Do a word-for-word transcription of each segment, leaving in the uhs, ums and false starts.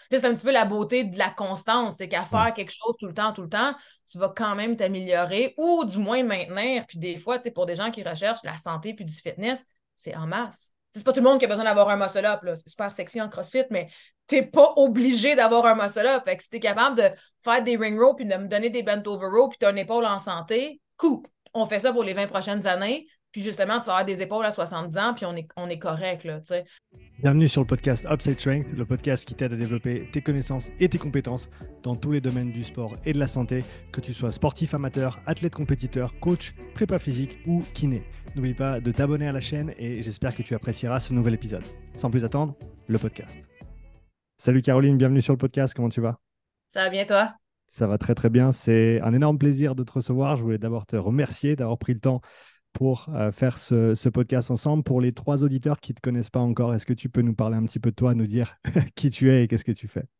Tu sais, c'est un petit peu la beauté de la constance, c'est qu'à Ouais. faire quelque chose tout le temps, tout le temps, tu vas quand même t'améliorer ou du moins maintenir. Puis des fois, tu sais, pour des gens qui recherchent la santé puis du fitness, c'est en masse. C'est pas tout le monde qui a besoin d'avoir un muscle up, là. C'est super sexy en CrossFit, mais t'es pas obligé d'avoir un muscle up. Fait que si t'es capable de faire des ring rows puis de me donner des bent over rows puis t'as une épaule en santé, cool. On fait ça pour les vingt prochaines années. Puis justement, tu vas avoir des épaules à soixante-dix ans, puis on est, on est correct, là, tu sais. Bienvenue sur le podcast Upside Strength, le podcast qui t'aide à développer tes connaissances et tes compétences dans tous les domaines du sport et de la santé, que tu sois sportif amateur, athlète compétiteur, coach, prépa physique ou kiné. N'oublie pas de t'abonner à la chaîne et j'espère que tu apprécieras ce nouvel épisode. Sans plus attendre, le podcast. Salut Caroline, bienvenue sur le podcast, comment tu vas? Ça va bien, toi? Ça va très très bien, c'est un énorme plaisir de te recevoir. Je voulais d'abord te remercier d'avoir pris le temps pour euh, faire ce, ce podcast ensemble. Pour les trois auditeurs qui ne te connaissent pas encore, est-ce que tu peux nous parler un petit peu de toi, nous dire qui tu es et qu'est-ce que tu fais?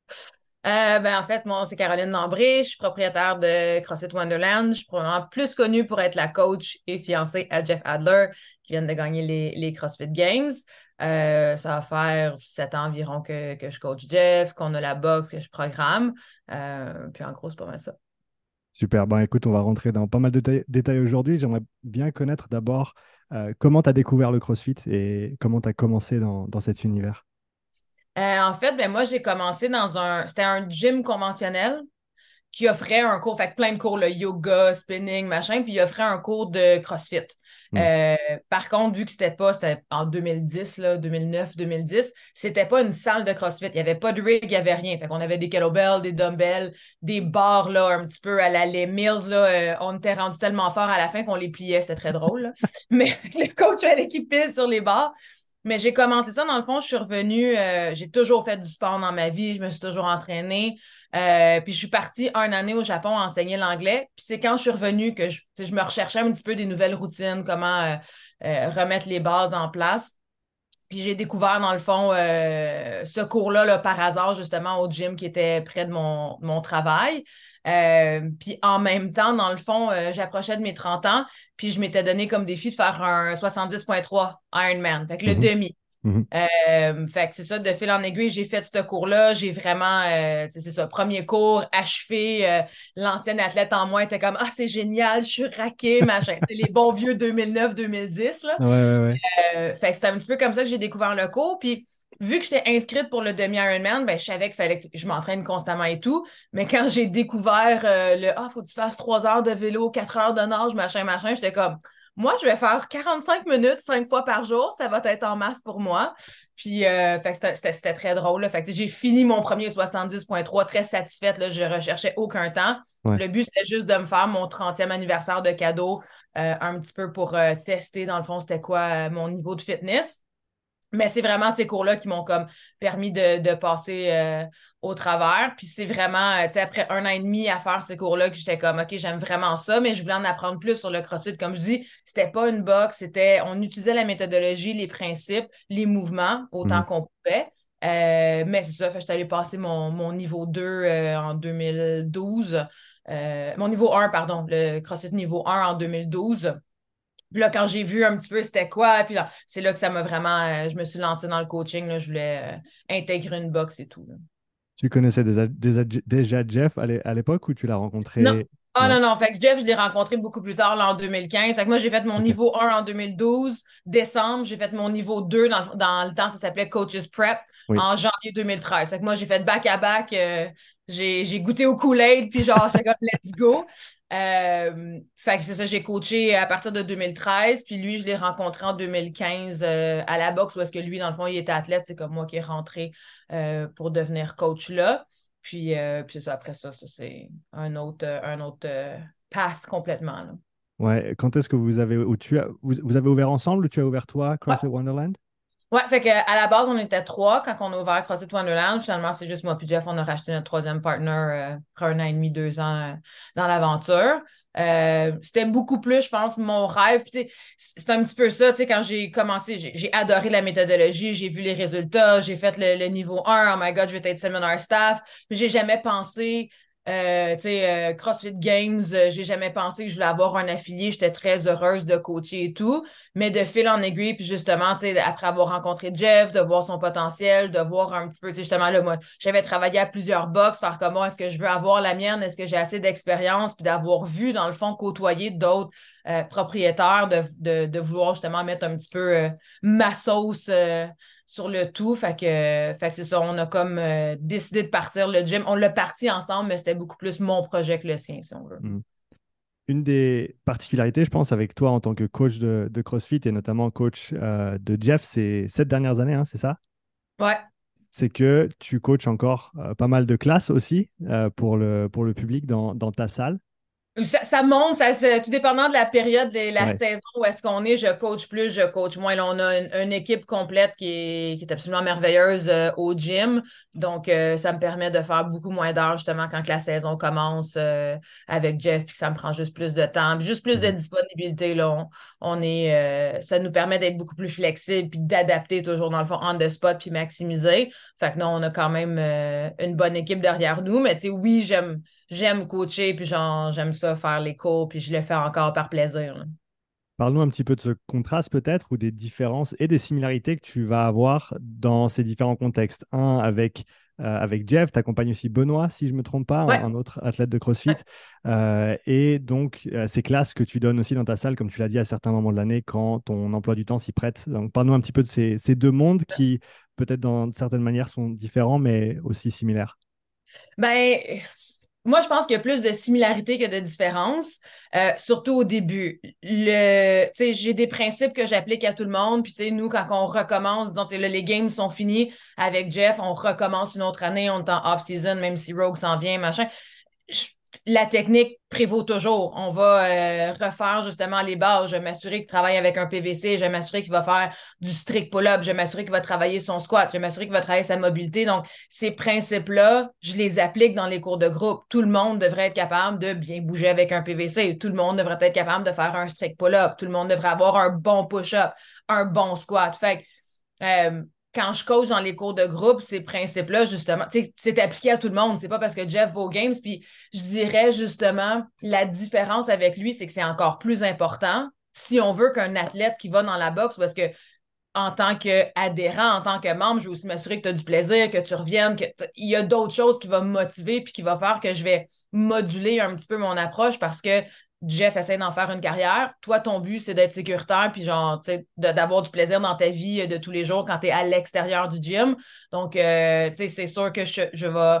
Euh, ben, en fait, moi, c'est Caroline Lambré. Je suis propriétaire de CrossFit Wonderland. Je suis probablement plus connue pour être la coach et fiancée à Jeff Adler, qui vient de gagner les, les CrossFit Games. Euh, ça va faire sept ans environ que, que je coach Jeff, qu'on a la boxe, que je programme. Euh, puis en gros, c'est pas mal ça. Super, ben écoute, on va rentrer dans pas mal de détails détails aujourd'hui. J'aimerais bien connaître d'abord euh, comment tu as découvert le CrossFit et comment tu as commencé dans, dans cet univers. Euh, en fait, ben moi, j'ai commencé dans un... C'était un gym conventionnel qui offrait un cours, fait que plein de cours, le yoga, spinning, machin, puis il offrait un cours de CrossFit. Hmm. Euh, par contre, vu que c'était pas, c'était en deux mille dix, là, deux mille neuf, deux mille dix, c'était pas une salle de CrossFit. Il y avait pas de rig, il y avait rien. Fait qu'on avait des kettlebells, des dumbbells, des barres, là, un petit peu à la Les Mills, là. Euh, on était rendu tellement fort à la fin qu'on les pliait. C'était très drôle, là. Mais le coach avait l'équipe pile sur les barres. Mais j'ai commencé ça, dans le fond, je suis revenue, euh, j'ai toujours fait du sport dans ma vie, je me suis toujours entraînée. Euh, puis je suis partie un année au Japon à enseigner l'anglais. Puis c'est quand je suis revenue que je, tu sais, je me recherchais un petit peu des nouvelles routines, comment euh, euh, remettre les bases en place. Puis j'ai découvert, dans le fond, euh, ce cours-là là, par hasard, justement, au gym qui était près de mon, mon travail. Euh, puis en même temps, dans le fond, euh, j'approchais de mes trente ans, puis je m'étais donné comme défi de faire un soixante-dix virgule trois Ironman, fait que le Mhm, demi. mhm. Euh, fait que c'est ça, de fil en aiguille, j'ai fait ce cours-là. J'ai vraiment, euh, tu sais, c'est ça, premier cours, achevé. Euh, l'ancienne athlète en moi était comme, ah, c'est génial, je suis raqué, machin. C'est les bons vieux deux mille neuf deux mille dix, là. Ouais, ouais, ouais. Euh, fait que c'était un petit peu comme ça que j'ai découvert le cours. Puis, vu que j'étais inscrite pour le demi-Ironman, ben, je savais qu'il fallait que je m'entraîne constamment et tout. Mais quand j'ai découvert euh, le, ah, faut que tu fasses trois heures de vélo, quatre heures de nage, machin, machin, j'étais comme, moi, je vais faire quarante-cinq minutes, cinq fois par jour. Ça va être en masse pour moi. Puis, euh, fait que c'était c'était- c'était très drôle, là. Fait que j'ai fini mon premier soixante-dix virgule trois très satisfaite, là. Je recherchais aucun temps. Ouais. Le but, c'était juste de me faire mon trentième anniversaire de cadeau, euh, un petit peu pour euh, tester, dans le fond, c'était quoi euh, mon niveau de fitness. Mais c'est vraiment ces cours-là qui m'ont comme permis de, de passer euh, au travers. Puis c'est vraiment, euh, tu sais, après un an et demi à faire ces cours-là que j'étais comme, OK, j'aime vraiment ça, mais je voulais en apprendre plus sur le CrossFit. Comme je dis, c'était pas une boxe, c'était, on utilisait la méthodologie, les principes, les mouvements autant Mhm. qu'on pouvait. Euh, mais c'est ça, fait, que j'étais allée passer mon, mon niveau deux euh, en deux mille douze. Euh, mon niveau un, pardon, le CrossFit niveau un en deux mille douze. Puis là, quand j'ai vu un petit peu c'était quoi, puis là, c'est là que ça m'a vraiment. Euh, je me suis lancée dans le coaching. Là, je voulais euh, intégrer une box et tout, là. Tu connaissais déjà, déjà, déjà Jeff à l'é- à l'époque ou tu l'as Non. rencontré? Ah Non. non, non. Fait que Jeff, je l'ai rencontré beaucoup plus tard, là, en deux mille quinze. Fait que moi, j'ai fait mon Ok. niveau un en deux mille douze. Décembre, j'ai fait mon niveau deux. Dans, dans le temps, ça s'appelait Coaches Prep Oui. en janvier deux mille treize. Fait que moi, j'ai fait back-à-back. Euh, j'ai, j'ai goûté au Kool-Aid, puis genre, j'étais comme, let's go. Euh, fait que c'est ça, j'ai coaché à partir de deux mille treize. Puis lui, je l'ai rencontré en deux mille quinze euh, à la boxe, où est-ce que lui, dans le fond, il était athlète. C'est comme moi qui est rentré euh, pour devenir coach là. Puis, euh, puis c'est ça, après ça, ça c'est un autre, euh, un autre euh, pass complètement, là. Ouais. Quand est-ce que vous avez, ou tu as, vous, vous avez ouvert ensemble ou tu as ouvert toi, Ouais. CrossFit Wonderland? Ouais, fait que à la base, on était trois quand on a ouvert CrossFit Wonderland. Finalement, c'est juste moi puis Jeff, on a racheté notre troisième partner euh, après un an et demi, deux ans euh, dans l'aventure. Euh, c'était beaucoup plus, je pense, mon rêve. Puis, tu sais, c'est un petit peu ça, tu sais, quand j'ai commencé, j'ai j'ai adoré la méthodologie, j'ai vu les résultats, j'ai fait le, le niveau un. Oh my God, je vais être seminar staff. Mais j'ai jamais pensé Euh, tu sais, euh, CrossFit Games, euh, j'ai jamais pensé que je voulais avoir un affilié. J'étais très heureuse de coacher et tout. Mais de fil en aiguille, puis justement, tu sais, après avoir rencontré Jeff, de voir son potentiel, de voir un petit peu, tu sais, justement, là, moi, j'avais travaillé à plusieurs box, faire comment est-ce que je veux avoir la mienne, est-ce que j'ai assez d'expérience, puis d'avoir vu, dans le fond, côtoyer d'autres euh, propriétaires, de, de, de vouloir justement mettre un petit peu euh, ma sauce. Euh, sur le tout. Fait que, fait que c'est ça, on a comme euh, décidé de partir le gym. On l'a parti ensemble, mais c'était beaucoup plus mon projet que le sien, si on veut. Mm. Une des particularités, je pense, avec toi en tant que coach de, de CrossFit et notamment coach euh, de Jeff ces sept dernières années, hein, c'est ça? Ouais. C'est que tu coaches encore euh, pas mal de classes aussi euh, pour le, pour le public dans, dans ta salle. Ça, ça monte, ça, c'est tout dépendant de la période de la Ouais. saison où est-ce qu'on est. Je coach plus, je coach moins. Là, on a une, une équipe complète qui est, qui est absolument merveilleuse euh, au gym. Donc, euh, ça me permet de faire beaucoup moins d'heures justement quand que la saison commence euh, avec Jeff, puis que ça me prend juste plus de temps, puis juste plus de Mhm. disponibilité. Là, on, on est, euh, ça nous permet d'être beaucoup plus flexible, puis d'adapter toujours dans le fond on the spot, puis maximiser. Fait que non, on a quand même euh, une bonne équipe derrière nous. Mais tu sais, oui, j'aime j'aime coacher, puis genre, j'aime ça faire les cours, puis je le fais encore par plaisir, là. Parle-nous un petit peu de ce contraste peut-être ou des différences et des similarités que tu vas avoir dans ces différents contextes. Un, avec, euh, avec Jeff, tu accompagnes aussi Benoît, si je ne me trompe pas, un, Ouais, un autre athlète de CrossFit. ouais. Euh, et donc, euh, ces classes que tu donnes aussi dans ta salle, comme tu l'as dit, à certains moments de l'année, quand ton emploi du temps s'y prête. Donc, parle-nous un petit peu de ces, ces deux mondes qui, peut-être dans certaines manières, sont différents, mais aussi similaires. Ben, moi, je pense qu'il y a plus de similarités que de différences, euh, surtout au début. Le, tu sais, j'ai des principes que j'applique à tout le monde, puis tu sais, nous, quand on recommence, donc, tu sais, là, les games sont finis avec Jeff, on recommence une autre année, on est en off-season, même si Rogue s'en vient, machin. Je- la technique prévaut toujours. On va euh, refaire justement les bases. Je vais m'assurer qu'il travaille avec un P V C. Je vais m'assurer qu'il va faire du strict pull-up. Je vais m'assurer qu'il va travailler son squat. Je vais m'assurer qu'il va travailler sa mobilité. Donc, ces principes-là, je les applique dans les cours de groupe. Tout le monde devrait être capable de bien bouger avec un P V C. Tout le monde devrait être capable de faire un strict pull-up. Tout le monde devrait avoir un bon push-up, un bon squat. Fait que, euh, quand je coach dans les cours de groupe, ces principes-là, justement, c'est appliqué à tout le monde. C'est pas parce que Jeff va aux Games. Puis je dirais justement, la différence avec lui, c'est que c'est encore plus important si on veut qu'un athlète qui va dans la boxe, parce que en tant qu'adhérent, en tant que membre, je veux aussi m'assurer que tu as du plaisir, que tu reviennes, que il y a d'autres choses qui vont me motiver puis qui vont faire que je vais moduler un petit peu mon approche parce que Jeff essaie d'en faire une carrière. Toi, ton but, c'est d'être sécuritaire puis genre, tu sais, d'avoir du plaisir dans ta vie de tous les jours quand tu es à l'extérieur du gym. Donc, euh, tu sais, c'est sûr que je, je vais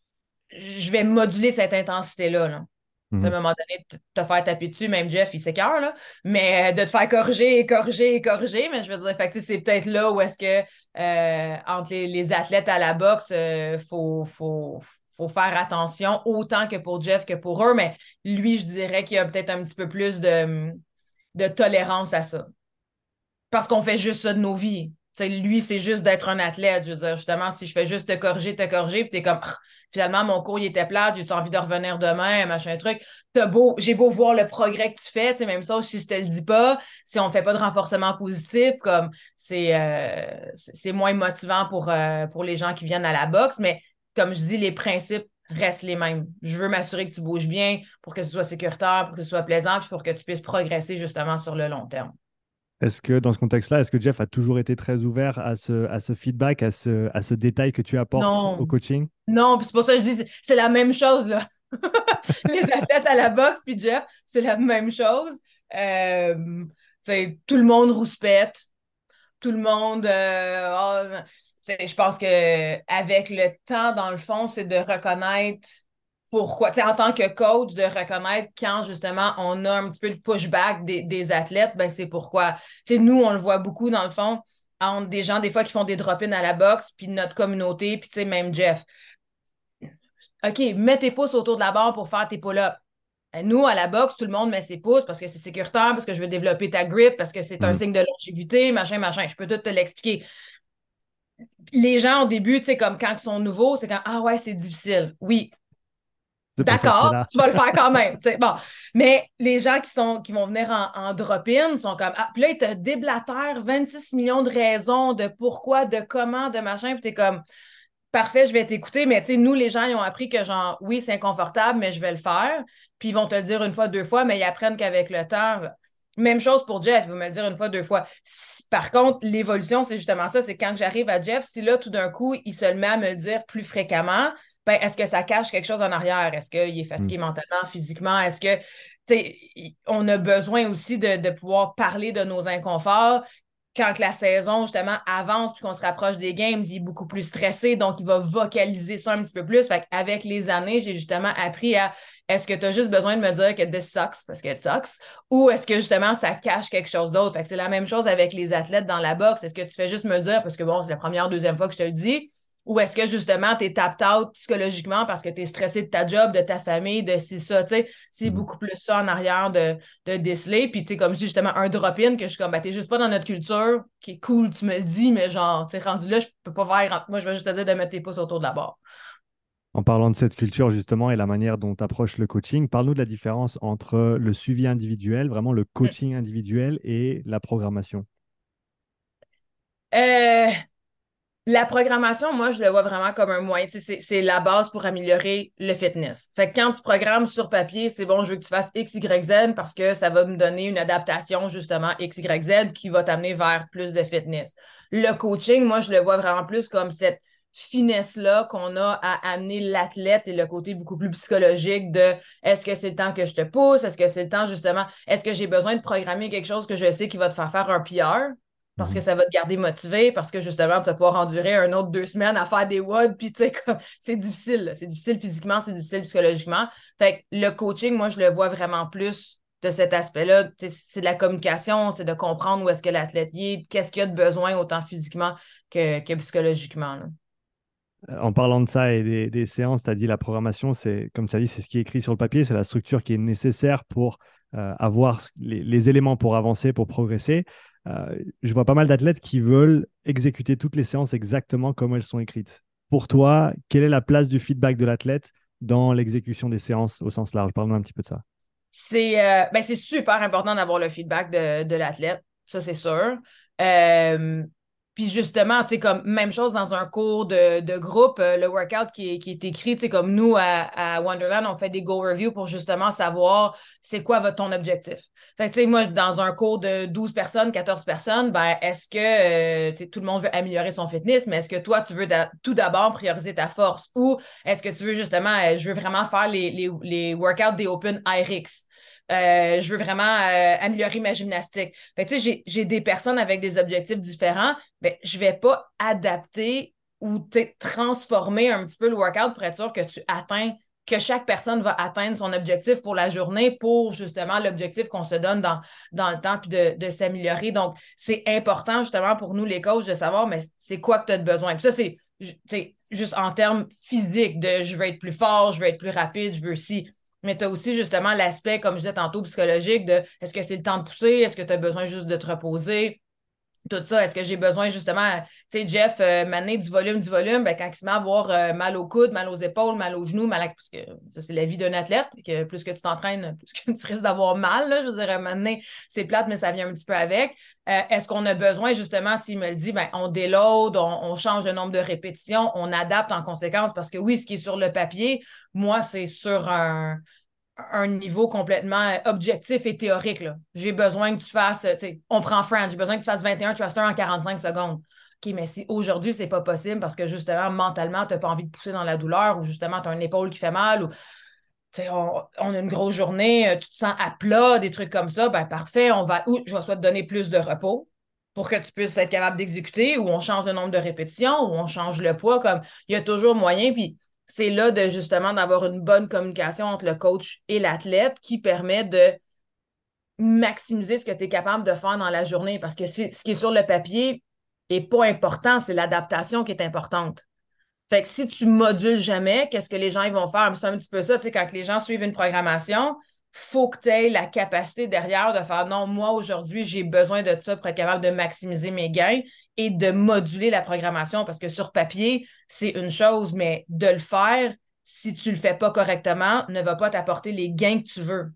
je vais moduler cette intensité-là, là. Tu sais, à un moment donné, te te faire taper dessus, même Jeff, il s'écoeure, là. Mais euh, de te faire corriger, corriger, corriger. Mais je veux dire, fait que, tu sais, c'est peut-être là où est-ce que euh, entre les, les athlètes à la boxe, il faut, faut, faut faire attention, autant que pour Jeff que pour eux. Mais lui, je dirais qu'il y a peut-être un petit peu plus de, de tolérance à ça. Parce qu'on fait juste ça de nos vies. T'sais, lui, c'est juste d'être un athlète. Je veux dire, justement, si je fais juste te corriger, te corriger, puis t'es comme, ah, finalement, mon cours, il était plate, j'ai envie de revenir demain, machin truc. T'as beau, j'ai beau voir le progrès que tu fais, tu sais, même ça, si je te le dis pas, si on fait pas de renforcement positif, comme, c'est, euh, c'est moins motivant pour, euh, pour les gens qui viennent à la boxe. Mais, comme je dis, les principes restent les mêmes. Je veux m'assurer que tu bouges bien pour que ce soit sécuritaire, pour que ce soit plaisant, puis pour que tu puisses progresser, justement, sur le long terme. Est-ce que dans ce contexte-là, est-ce que Jeff a toujours été très ouvert à ce, à ce feedback, à ce, à ce détail que tu apportes au Non, coaching? non, puis c'est pour ça que je dis, c'est c'est la même chose, là. Les athlètes à la boxe, puis Jeff, c'est la même chose. Euh, tu sais, tout le monde rouspète, tout le monde. Euh, ah, tu sais, je pense que avec le temps, dans le fond, c'est de reconnaître pourquoi. Tu sais, en tant que coach, de reconnaître quand justement on a un petit peu le pushback des, des athlètes, ben c'est pourquoi. Tu sais, nous, on le voit beaucoup dans le fond entre des gens des fois qui font des drop-ins à la boxe, puis notre communauté, puis tu sais, même Jeff. OK, mets tes pouces autour de la barre pour faire tes pull-ups. Euh, Nous, à la boxe, tout le monde met ses pouces parce que c'est sécuritaire, parce que je veux développer ta grip, parce que c'est un Hmm. signe de longévité, machin, machin. Je peux tout te l'expliquer. Les gens, au début, tu sais, comme quand ils sont nouveaux, c'est quand, ah ouais, c'est difficile. Oui, C'est pour ça que c'est d'accord, là. tu vas le faire quand même. Tu sais, bon, mais les gens qui, sont, qui vont venir en, en drop-in sont comme, ah, puis là, ils te déblatèrent vingt-six millions de raisons de pourquoi, de comment, de machin, puis t'es comme, parfait, je vais t'écouter, mais tu sais, nous, les gens, ils ont appris que genre, oui, c'est inconfortable, mais je vais le faire. Puis ils vont te le dire une fois, deux fois, mais ils apprennent qu'avec le temps, même chose pour Jeff, il va me le dire une fois, deux fois. Si- par contre, l'évolution, c'est justement ça, c'est quand j'arrive à Jeff, si là, tout d'un coup, il se le met à me le dire plus fréquemment, ben, est-ce que ça cache quelque chose en arrière? Est-ce qu'il est Mm. fatigué mentalement, physiquement? Est-ce que, tu sais, on a besoin aussi de, de pouvoir parler de nos inconforts quand la saison, justement, avance puis qu'on se rapproche des games, il est beaucoup plus stressé, donc il va vocaliser ça un petit peu plus. Fait qu'avec les années, j'ai justement appris à est-ce que tu as juste besoin de me dire que this sucks parce que it sucks ou est-ce que justement ça cache quelque chose d'autre? Fait que c'est la même chose avec les athlètes dans la boxe. Est-ce que tu fais juste me dire parce que bon, c'est la première, deuxième fois que je te le dis? Ou est-ce que justement, tu es tapped out psychologiquement parce que tu es stressé de ta job, de ta famille, de si ça, tu sais, c'est Mm. beaucoup plus ça en arrière de, de déceler. Puis, tu sais, comme je dis justement, un drop-in que je suis comme, ben, t'es juste pas dans notre culture, qui est cool, tu me le dis, mais genre, tu sais, rendu là, je peux pas faire, moi, je vais juste te dire de mettre tes pouces autour de la barre. En parlant de cette culture justement et la manière dont tu approches le coaching, parle-nous de la différence entre le suivi individuel, vraiment le coaching individuel et la programmation. Euh, La programmation, moi, je le vois vraiment comme un moyen. Tu sais, C'est c'est la base pour améliorer le fitness. Fait que quand tu programmes sur papier, c'est bon, je veux que tu fasses X, Y, Z parce que ça va me donner une adaptation, justement, X, Y, Z qui va t'amener vers plus de fitness. Le coaching, moi, je le vois vraiment plus comme cette finesse-là qu'on a à amener l'athlète et le côté beaucoup plus psychologique de est-ce que c'est le temps que je te pousse? Est-ce que c'est le temps, justement, est-ce que j'ai besoin de programmer quelque chose que je sais qui va te faire faire un P R? Parce que Mhm. ça va te garder motivé, parce que justement, tu vas pouvoir endurer un autre deux semaines à faire des W O D, puis tu sais, comme, c'est difficile, là. C'est difficile physiquement, c'est difficile psychologiquement. Fait que le coaching, moi, je le vois vraiment plus de cet aspect-là. Tu sais, c'est de la communication, c'est de comprendre où est-ce que l'athlète y est, qu'est-ce qu'il y a de besoin, autant physiquement que, que psychologiquement, là. Euh, En parlant de ça et des, des séances, tu as dit la programmation, c'est comme tu as dit, c'est ce qui est écrit sur le papier, c'est la structure qui est nécessaire pour euh, avoir les, les éléments pour avancer, pour progresser. Euh, je vois pas mal d'athlètes qui veulent exécuter toutes les séances exactement comme elles sont écrites. Pour toi, quelle est la place du feedback de l'athlète dans l'exécution des séances au sens large? Parle-nous un petit peu de ça. C'est euh, ben, c'est super important d'avoir le feedback de, de l'athlète, ça c'est sûr. Euh, Puis justement, tu sais, comme même chose dans un cours de, de groupe, euh, le workout qui est, qui est écrit, tu sais, comme nous à, à Wonderland, on fait des goal reviews pour justement savoir c'est quoi votre, ton objectif. Fait que, tu sais, moi, dans un cours de douze personnes, quatorze personnes, ben, est-ce que, euh, tu sais, tout le monde veut améliorer son fitness, mais est-ce que toi, tu veux da- tout d'abord prioriser ta force ou est-ce que tu veux justement, euh, je veux vraiment faire les, les, les workouts des Open I R X? Euh, je veux vraiment euh, améliorer ma gymnastique. Fait que, tu sais, j'ai, j'ai des personnes avec des objectifs différents, ben, je vais pas adapter ou tu sais, transformer un petit peu le workout pour être sûr que tu atteins, que chaque personne va atteindre son objectif pour la journée, pour justement l'objectif qu'on se donne dans, dans le temps, puis de, de s'améliorer. Donc, c'est important justement pour nous, les coachs, de savoir, mais c'est quoi que tu as de besoin. Puis ça, c'est tu sais, juste en termes physiques, de je veux être plus fort, je veux être plus rapide, je veux aussi mais tu as aussi justement l'aspect, comme je disais tantôt, psychologique de est-ce que c'est le temps de pousser? Est-ce que tu as besoin juste de te reposer? Tout ça, est-ce que j'ai besoin justement, tu sais, Jeff, euh, m'amener du volume, du volume, ben, quand il se met à avoir euh, mal au coude, mal aux épaules, mal aux genoux, mal à... parce que ça, c'est la vie d'un athlète, que plus que tu t'entraînes, plus que tu risques d'avoir mal, là, je veux dire, à m'amener, c'est plate, mais ça vient un petit peu avec. Euh, est-ce qu'on a besoin, justement, s'il me le dit, ben, on déload, on, on change le nombre de répétitions, on adapte en conséquence, parce que oui, ce qui est sur le papier, moi, c'est sur un un niveau complètement euh, objectif et théorique. Là. J'ai besoin que tu fasses, tu sais, on prend Fran, j'ai besoin que tu fasses vingt et un thrusters en quarante-cinq secondes. OK, mais si aujourd'hui, c'est pas possible parce que justement, mentalement, tu n'as pas envie de pousser dans la douleur ou justement, tu as une épaule qui fait mal ou on, on, a une grosse journée, euh, tu te sens à plat, des trucs comme ça, ben parfait, on va, ou je vais soit te donner plus de repos pour que tu puisses être capable d'exécuter, ou on change le nombre de répétitions, ou on change le poids, comme il y a toujours moyen, puis c'est là de justement d'avoir une bonne communication entre le coach et l'athlète qui permet de maximiser ce que tu es capable de faire dans la journée, parce que c'est, ce qui est sur le papier n'est pas important, c'est l'adaptation qui est importante. Fait que si tu modules jamais, qu'est-ce que les gens ils vont faire? C'est un petit peu ça, tu sais, quand les gens suivent une programmation, faut que tu aies la capacité derrière de faire non, moi aujourd'hui, j'ai besoin de ça pour être capable de maximiser mes gains et de moduler la programmation parce que sur papier, c'est une chose, mais de le faire, si tu le fais pas correctement, ne va pas t'apporter les gains que tu veux.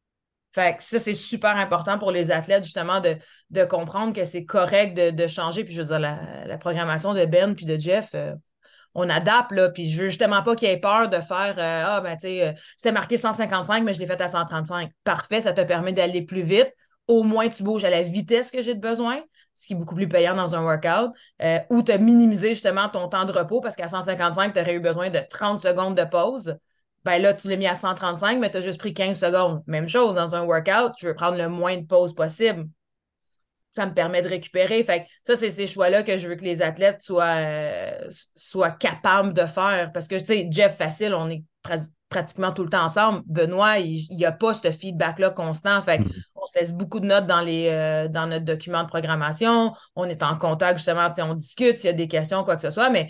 Fait que ça, c'est super important pour les athlètes, justement, de, de comprendre que c'est correct de, de changer. Puis je veux dire, la, la programmation de Ben puis de Jeff, euh, on adapte, là, puis je veux justement pas qu'il ait peur de faire euh, Ah, ben, tu sais, euh, c'était marqué cent cinquante-cinq, mais je l'ai fait à cent trente-cinq. Parfait, ça te permet d'aller plus vite. Au moins, tu bouges à la vitesse que j'ai de besoin, ce qui est beaucoup plus payant dans un workout, euh, ou tu as minimisé justement ton temps de repos parce qu'à cent cinquante-cinq, tu aurais eu besoin de trente secondes de pause. Ben là, tu l'as mis à cent trente-cinq, mais tu as juste pris quinze secondes. Même chose dans un workout, je veux prendre le moins de pause possible. Ça me permet de récupérer. Fait que ça, c'est ces choix-là que je veux que les athlètes soient, euh, soient capables de faire. Parce que, tu sais, Jeff Facile, on est pr- pratiquement tout le temps ensemble. Benoît, il n'y a pas ce feedback-là constant. Fait Mhm. qu'on se laisse beaucoup de notes dans, les, euh, dans notre document de programmation. On est en contact, justement, on discute s'il y a des questions, quoi que ce soit. Mais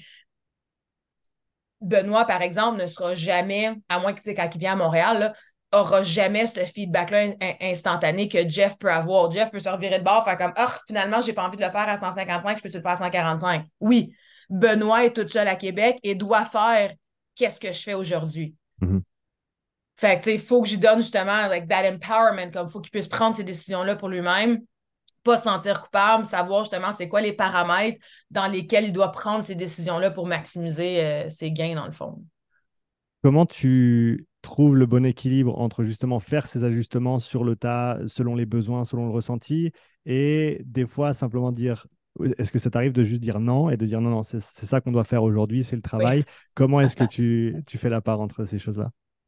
Benoît, par exemple, ne sera jamais, à moins que, tu sais, quand il vient à Montréal, là, aura jamais ce feedback-là in- instantané que Jeff peut avoir. Jeff peut se revirer de bord, faire comme, ah, finalement, j'ai pas envie de le faire à cent cinquante-cinq, je peux-tu le faire à cent quarante-cinq? Oui, Benoît est tout seul à Québec et doit faire qu'est-ce que je fais aujourd'hui. Mhm. Fait que, tu sais, il faut que j'y donne justement, like, that empowerment, comme il faut qu'il puisse prendre ces décisions-là pour lui-même, pas se sentir coupable, savoir justement c'est quoi les paramètres dans lesquels il doit prendre ces décisions-là pour maximiser euh, ses gains, dans le fond. Comment tu trouves le bon équilibre entre justement faire ces ajustements sur le tas, selon les besoins, selon le ressenti, et des fois simplement dire, est-ce que ça t'arrive de juste dire non et de dire non, non, c'est c'est ça qu'on doit faire aujourd'hui, c'est le Oui. travail. Comment est-ce que tu, tu fais la part entre ces choses-là?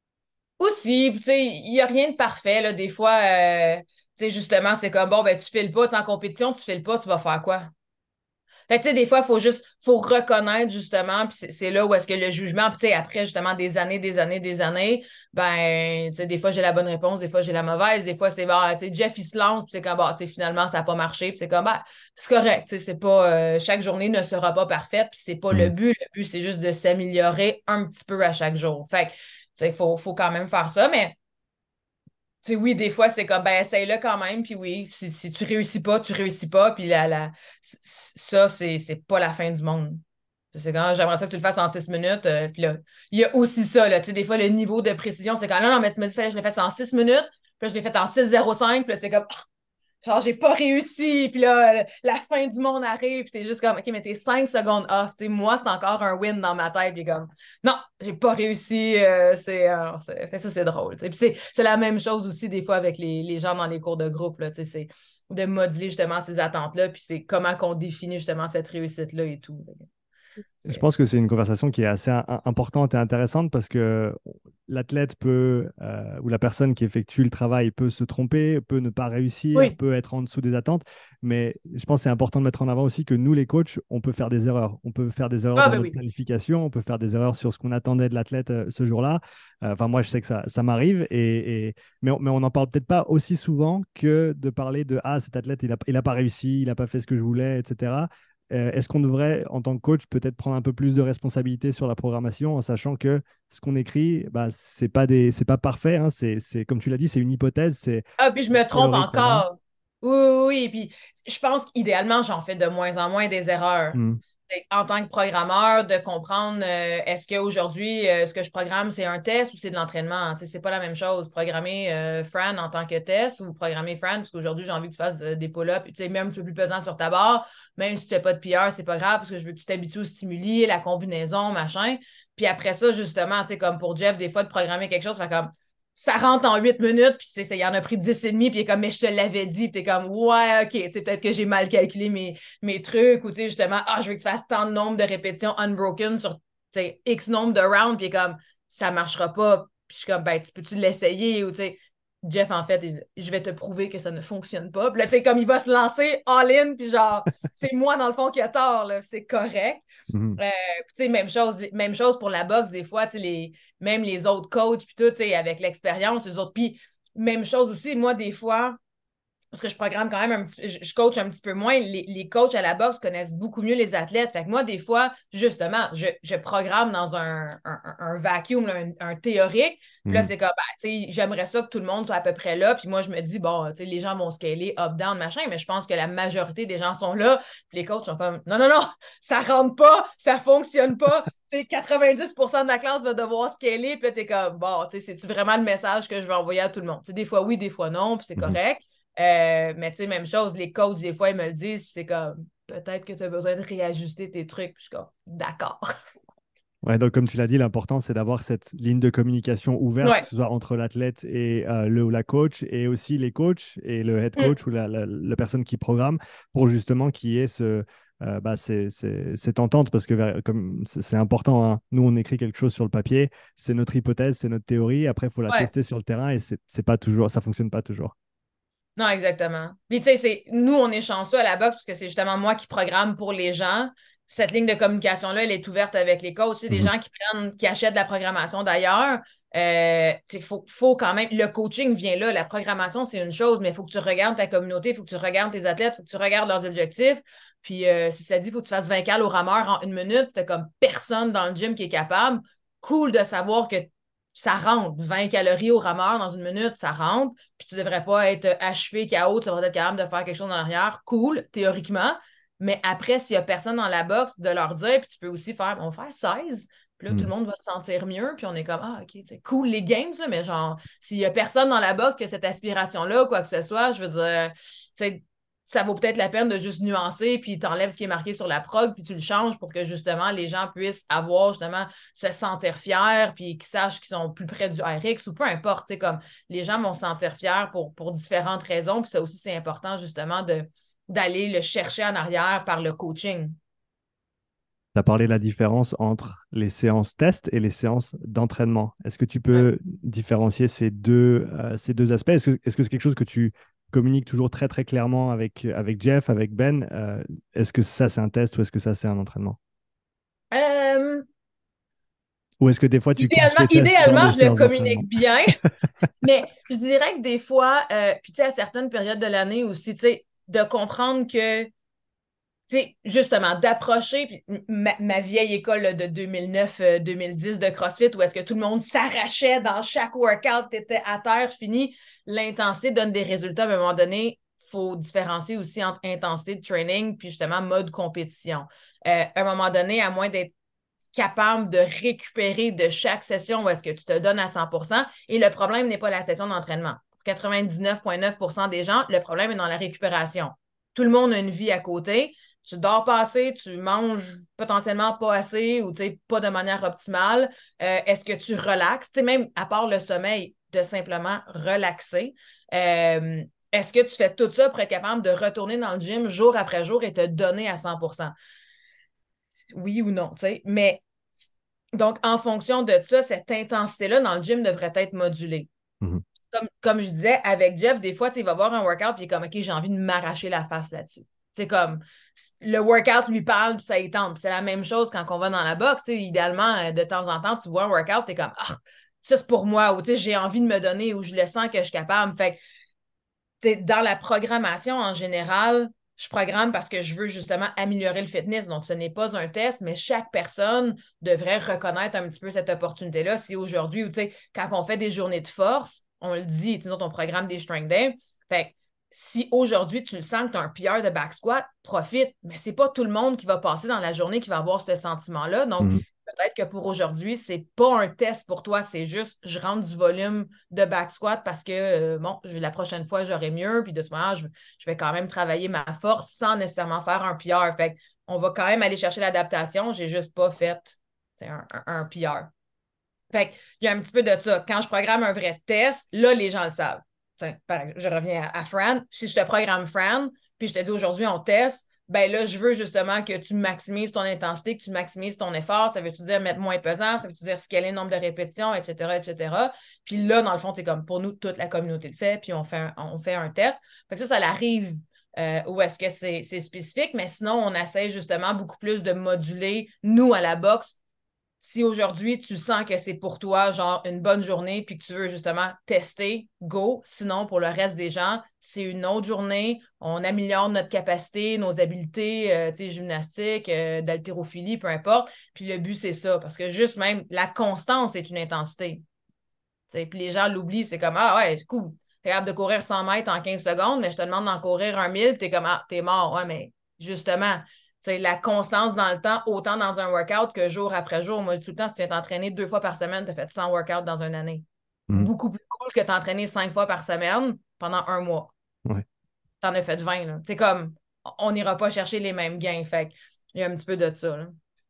Aussi, tu sais, il n'y a rien de parfait, là. Des fois, euh, tu sais, justement, c'est comme, bon, ben, tu files pas, tu es en compétition, tu files pas, tu vas faire quoi? Fait que, tu sais, des fois, il faut juste, faut reconnaître, justement, puis c'est c'est là où est-ce que le jugement, puis tu sais, après, justement, des années, des années, des années, ben, tu sais, des fois, j'ai la bonne réponse, des fois, j'ai la mauvaise, des fois, c'est, bah, tu sais, Jeff, il se lance, puis c'est comme, bah, tu sais, finalement, ça n'a pas marché, puis c'est comme, bah, c'est correct, tu sais, c'est pas, euh, chaque journée ne sera pas parfaite, puis c'est pas le Mhm. but. Le but, c'est juste de s'améliorer un petit peu à chaque jour. Fait que, tu sais, il faut, faut quand même faire ça, mais tu sais, oui, des fois, c'est comme, ben, essaye-le quand même, puis oui, si, si tu réussis pas, tu réussis pas, puis la, la, c- c- ça, c'est, c'est pas la fin du monde. C'est quand j'aimerais ça que tu le fasses en six minutes, euh, puis là, il y a aussi ça, là, tu sais, des fois, le niveau de précision, c'est quand, non, non, mais tu m'as dit, fallait que je le fasse en six minutes, puis là, je l'ai fait en six zéro cinq, puis là, c'est comme, genre, j'ai pas réussi, puis là, la fin du monde arrive, puis t'es juste comme, OK, mais t'es cinq secondes off, tu sais, moi, c'est encore un win dans ma tête, puis comme, non, j'ai pas réussi, euh, c'est, euh, c'est- fait ça, c'est drôle, tu sais. Puis c'est c'est la même chose aussi, des fois, avec les, les gens dans les cours de groupe, là, tu sais, c'est de moduler justement ces attentes-là, puis c'est comment qu'on définit justement cette réussite-là et tout. Je C'est- pense que c'est une conversation qui est assez in- importante et intéressante parce que l'athlète peut, euh, ou la personne qui effectue le travail peut se tromper, peut ne pas réussir, Oui. peut être en dessous des attentes. Mais je pense que c'est important de mettre en avant aussi que nous, les coachs, on peut faire des erreurs. On peut faire des erreurs Ah, dans ben notre oui. planification, on peut faire des erreurs sur ce qu'on attendait de l'athlète euh, ce jour-là. Euh, Enfin, moi, je sais que ça, ça m'arrive, et, et- mais on, mais on n'en parle peut-être pas aussi souvent que de parler de ah, cet athlète, il n'a il a pas réussi, il n'a pas fait ce que je voulais, et cetera. Euh, est-ce qu'on devrait, en tant que coach, peut-être prendre un peu plus de responsabilité sur la programmation en sachant que ce qu'on écrit, bah, c'est pas des, c'est pas parfait, hein, c'est, c'est, comme tu l'as dit, c'est une hypothèse, c'est Ah, puis je une me trompe théorie qu'on a. encore. Oui, oui, oui. Puis je pense qu'idéalement, j'en fais de moins en moins des erreurs. Hmm. C'est en tant que programmeur, de comprendre euh, est-ce qu'aujourd'hui, euh, ce que je programme, c'est un test ou c'est de l'entraînement? Tu sais, c'est pas la même chose. Programmer euh, Fran en tant que test ou programmer Fran, parce qu'aujourd'hui, j'ai envie que tu fasses euh, des pull-ups, tu sais, même un petit peu plus pesant sur ta barre, même si tu fais pas de P R, c'est pas grave, parce que je veux que tu t'habitues au stimuli, la combinaison, machin. Puis après ça, justement, tu sais, comme pour Jeff, des fois, de programmer quelque chose, fait comme ça rentre en huit minutes, puis c'est, ça, il en a pris dix et demi, puis il est comme, mais je te l'avais dit, puis t'es comme, ouais, ok, tu sais, peut-être que j'ai mal calculé mes, mes trucs, ou tu sais, justement, ah, je veux que tu fasses tant de nombre de répétitions unbroken sur, tu sais, X nombre de rounds, puis il est comme, ça marchera pas, puis je suis comme, ben, tu peux-tu l'essayer, ou tu sais, Jeff, en fait, il- je vais te prouver que ça ne fonctionne pas. Puis là, tu sais, comme il va se lancer all-in, puis genre, c'est moi, dans le fond, qui a tort, là, c'est correct. Mhm. Euh, tu sais, même chose, même chose pour la boxe, des fois, tu sais, les, même les autres coachs, puis tout, tu sais, avec l'expérience, les autres. Puis, même chose aussi, moi, des fois, parce que je programme quand même un petit je, je coach un petit peu moins. Les, les coachs à la boxe connaissent beaucoup mieux les athlètes. Fait que moi, des fois, justement, je, je programme dans un, un, un vacuum, là, un, un théorique. Puis là, Mhm. c'est comme, ben, tu sais, j'aimerais ça que tout le monde soit à peu près là. Puis moi, je me dis, bon, tu sais, les gens vont scaler up-down, machin, mais je pense que la majorité des gens sont là. Puis les coachs sont comme, non, non, non, ça rentre pas, ça fonctionne pas. T'sais, quatre-vingt-dix pour cent de la classe va devoir scaler. Puis là, t'es comme, bon, tu sais, c'est-tu vraiment le message que je vais envoyer à tout le monde? T'sais, des fois oui, des fois non, puis c'est Mhm. correct. Euh, mais tu sais, même chose, les coachs, des fois, ils me le disent, puis c'est comme, peut-être que tu as besoin de réajuster tes trucs. Puis je suis comme, d'accord. Ouais, donc comme tu l'as dit, l'important, c'est d'avoir cette ligne de communication ouverte, que Ouais. ce soit entre l'athlète et euh, le ou la coach, et aussi les coachs et le head Mm. coach ou la, la- la personne qui programme, pour justement qu'il y ait ce, euh, bah, c'est- c'est- cette entente, parce que vers- comme c'est c'est important, hein. Nous, on écrit quelque chose sur le papier, c'est notre hypothèse, c'est notre théorie, après, il faut la Ouais. tester sur le terrain, et c'est c'est pas toujours, ça fonctionne pas toujours. Non, exactement. Puis, tu sais, c'est, nous, on est chanceux à la boxe parce que c'est justement moi qui programme pour les gens. Cette ligne de communication-là, elle est ouverte avec les coachs. Tu sais, des Mhm. gens qui prennent, qui achètent de la programmation d'ailleurs. Euh, tu sais, faut, faut quand même. Le coaching vient là. La programmation, c'est une chose, mais il faut que tu regardes ta communauté, il faut que tu regardes tes athlètes, il faut que tu regardes leurs objectifs. Puis, euh, si ça dit, il faut que tu fasses vingt cales au rameur en une minute, t'as comme personne dans le gym qui est capable. Cool de savoir que ça rentre. vingt calories au rameur dans une minute, ça rentre. Puis tu devrais pas être achevé, K O, tu devrais être capable de faire quelque chose en arrière. Cool, théoriquement. Mais après, s'il y a personne dans la boxe, de leur dire, puis tu peux aussi faire, on va faire seize. Puis là, tout le Mhm. monde va se sentir mieux. Puis on est comme, ah, OK, c'est cool les games, là, mais genre, s'il y a personne dans la boxe qui a cette aspiration-là, quoi que ce soit, je veux dire, tu ça vaut peut-être la peine de juste nuancer, puis t'enlèves ce qui est marqué sur la prog, puis tu le changes pour que justement les gens puissent avoir justement se sentir fiers, puis qu'ils sachent qu'ils sont plus près du R X ou peu importe, tu sais, comme les gens vont se sentir fiers pour, pour différentes raisons, puis ça aussi c'est important justement de, d'aller le chercher en arrière par le coaching. Tu as parlé de la différence entre les séances test et les séances d'entraînement. Est-ce que tu Ouais. peux différencier ces deux, euh, ces deux aspects? Est-ce que est-ce que c'est quelque chose que tu communiques toujours très très clairement avec, avec Jeff, avec Ben? Euh, est-ce que ça c'est un test ou est-ce que ça c'est un entraînement? Euh, Ou est-ce que des fois tu caches idéalement, les tests dans idéalement, des je le séances d'entraînement? communique bien, mais je dirais que des fois, euh, puis tu sais, à certaines périodes de l'année aussi, tu sais, de comprendre que tu sais, justement, d'approcher ma, ma vieille école là, de deux mille neuf deux mille dix de CrossFit où est-ce que tout le monde s'arrachait dans chaque workout, t'étais à terre, fini. L'intensité donne des résultats, mais à un moment donné, il faut différencier aussi entre intensité de training puis justement mode compétition. Euh, à un moment donné, à moins d'être capable de récupérer de chaque session où est-ce que tu te donnes à cent pour cent, et le problème n'est pas la session d'entraînement. Pour quatre-vingt-dix-neuf virgule neuf pour cent des gens, le problème est dans la récupération. Tout le monde a une vie à côté, tu dors pas assez, tu manges potentiellement pas assez ou pas de manière optimale. Euh, est-ce que tu relaxes? T'sais, même à part le sommeil, de simplement relaxer. Euh, est-ce que tu fais tout ça pour être capable de retourner dans le gym jour après jour et te donner à cent pour cent? Oui ou non, tu sais. Mais donc, en fonction de ça, cette intensité-là dans le gym devrait être modulée. Mhm. Comme, comme je disais, avec Jeff, des fois, il va voir un workout et il est comme, OK, j'ai envie de m'arracher la face là-dessus. C'est comme, le workout lui parle, puis ça y tente. C'est la même chose quand on va dans la boxe. T'sais, idéalement, euh, de temps en temps, tu vois un workout, tu es comme, ah, ça c'est pour moi, ou j'ai envie de me donner, ou je le sens que je suis capable. Fait que, dans la programmation en général, je programme parce que je veux justement améliorer le fitness. Donc, ce n'est pas un test, mais chaque personne devrait reconnaître un petit peu cette opportunité-là. Si aujourd'hui, ou tu sais, quand on fait des journées de force, on le dit, tu sais, on programme des strength days. Fait que si aujourd'hui, tu le sens que tu as un P R de back squat, profite. Mais c'est pas tout le monde qui va passer dans la journée qui va avoir ce sentiment-là. Donc, Mhm. peut-être que pour aujourd'hui, c'est pas un test pour toi, c'est juste je rentre du volume de back squat parce que euh, bon, je, la prochaine fois, j'aurai mieux. Puis de toute manière, je, je vais quand même travailler ma force sans nécessairement faire un P R. Fait on va quand même aller chercher l'adaptation. J'ai juste pas fait un, un, un P R. Fait il y a un petit peu de ça. Quand je programme un vrai test, là, les gens le savent. T'sais, je reviens à, à Fran. Si je te programme Fran, puis je te dis aujourd'hui, on teste, ben là, je veux justement que tu maximises ton intensité, que tu maximises ton effort. Ça veut-tu dire mettre moins pesant? Ça veut-tu dire scaler le nombre de répétitions, et cetera, et cetera. Puis là, dans le fond, c'est comme pour nous, toute la communauté le fait, puis on fait un, on fait un test. Fait que ça, ça arrive euh, où est-ce que c'est, c'est spécifique, mais sinon, on essaie justement beaucoup plus de moduler, nous, à la boxe, si aujourd'hui tu sens que c'est pour toi, genre une bonne journée, puis que tu veux justement tester, go. Sinon, pour le reste des gens, c'est une autre journée. On améliore notre capacité, nos habiletés, euh, tu sais, gymnastique, euh, d'haltérophilie, peu importe. Puis le but, c'est ça. Parce que juste même la constance est une intensité. T'sais, puis les gens l'oublient, c'est comme, ah ouais, cool. T'es capable de courir cent mètres en quinze secondes, mais je te demande d'en courir un mille, puis t'es comme, ah, t'es mort. Ouais, mais justement, t'sais, la constance dans le temps, autant dans un workout que jour après jour. Moi, tout le temps, si tu es entraîné deux fois par semaine, tu as fait cent workouts dans une année. Mhm. Beaucoup plus cool que t'entraîner cinq fois par semaine pendant un mois. Ouais. T'en as fait vingt, là. C'est comme, on n'ira pas chercher les mêmes gains. Fait il y a un petit peu de ça, là.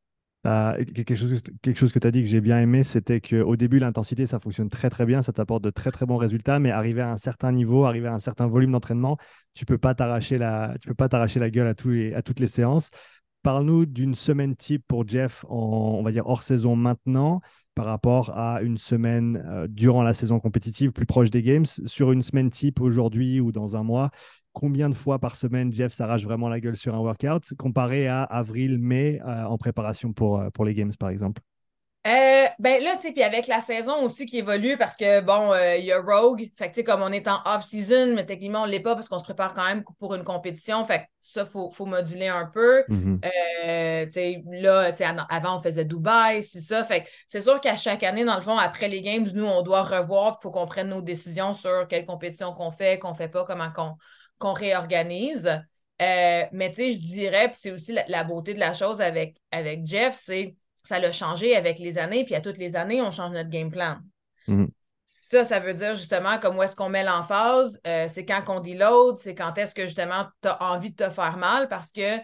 T'as- quelque chose, quelque chose que tu as dit que j'ai bien aimé, c'était qu'au début, l'intensité, ça fonctionne très très bien, ça t'apporte de très très bons résultats, mais arrivé à un certain niveau, arrivé à un certain volume d'entraînement, tu peux pas t'arracher la, tu peux pas t'arracher la gueule à, tous les- à toutes les séances. Parle-nous d'une semaine type pour Jeff en, on va dire, hors saison maintenant, par rapport à une semaine euh, durant la saison compétitive, plus proche des games. Sur une semaine type aujourd'hui ou dans un mois, combien de fois par semaine Jeff s'arrache vraiment la gueule sur un workout comparé à avril, mai euh, en préparation pour, euh, pour les games, par exemple? Euh, ben là, tu sais, puis avec la saison aussi qui évolue parce que, bon, euh, il y a Rogue. Fait que, tu sais, comme on est en off-season, mais techniquement, on l'est pas parce qu'on se prépare quand même pour une compétition. Fait que ça, faut, faut moduler un peu. Mhm. Euh, tu sais, là, tu sais, an- avant, on faisait Dubaï, c'est ça. Fait que c'est sûr qu'à chaque année, dans le fond, après les games, nous, on doit revoir, il faut qu'on prenne nos décisions sur quelle compétition qu'on fait, qu'on fait pas, comment qu'on qu'on réorganise. Euh, mais tu sais, je dirais, puis c'est aussi la, la beauté de la chose avec, avec Jeff, c'est ça l'a changé avec les années, puis à toutes les années, on change notre game plan. Mhm. Ça, ça veut dire justement comme où est-ce qu'on met l'emphase, euh, c'est quand qu'on deload, c'est quand est-ce que justement tu as envie de te faire mal parce que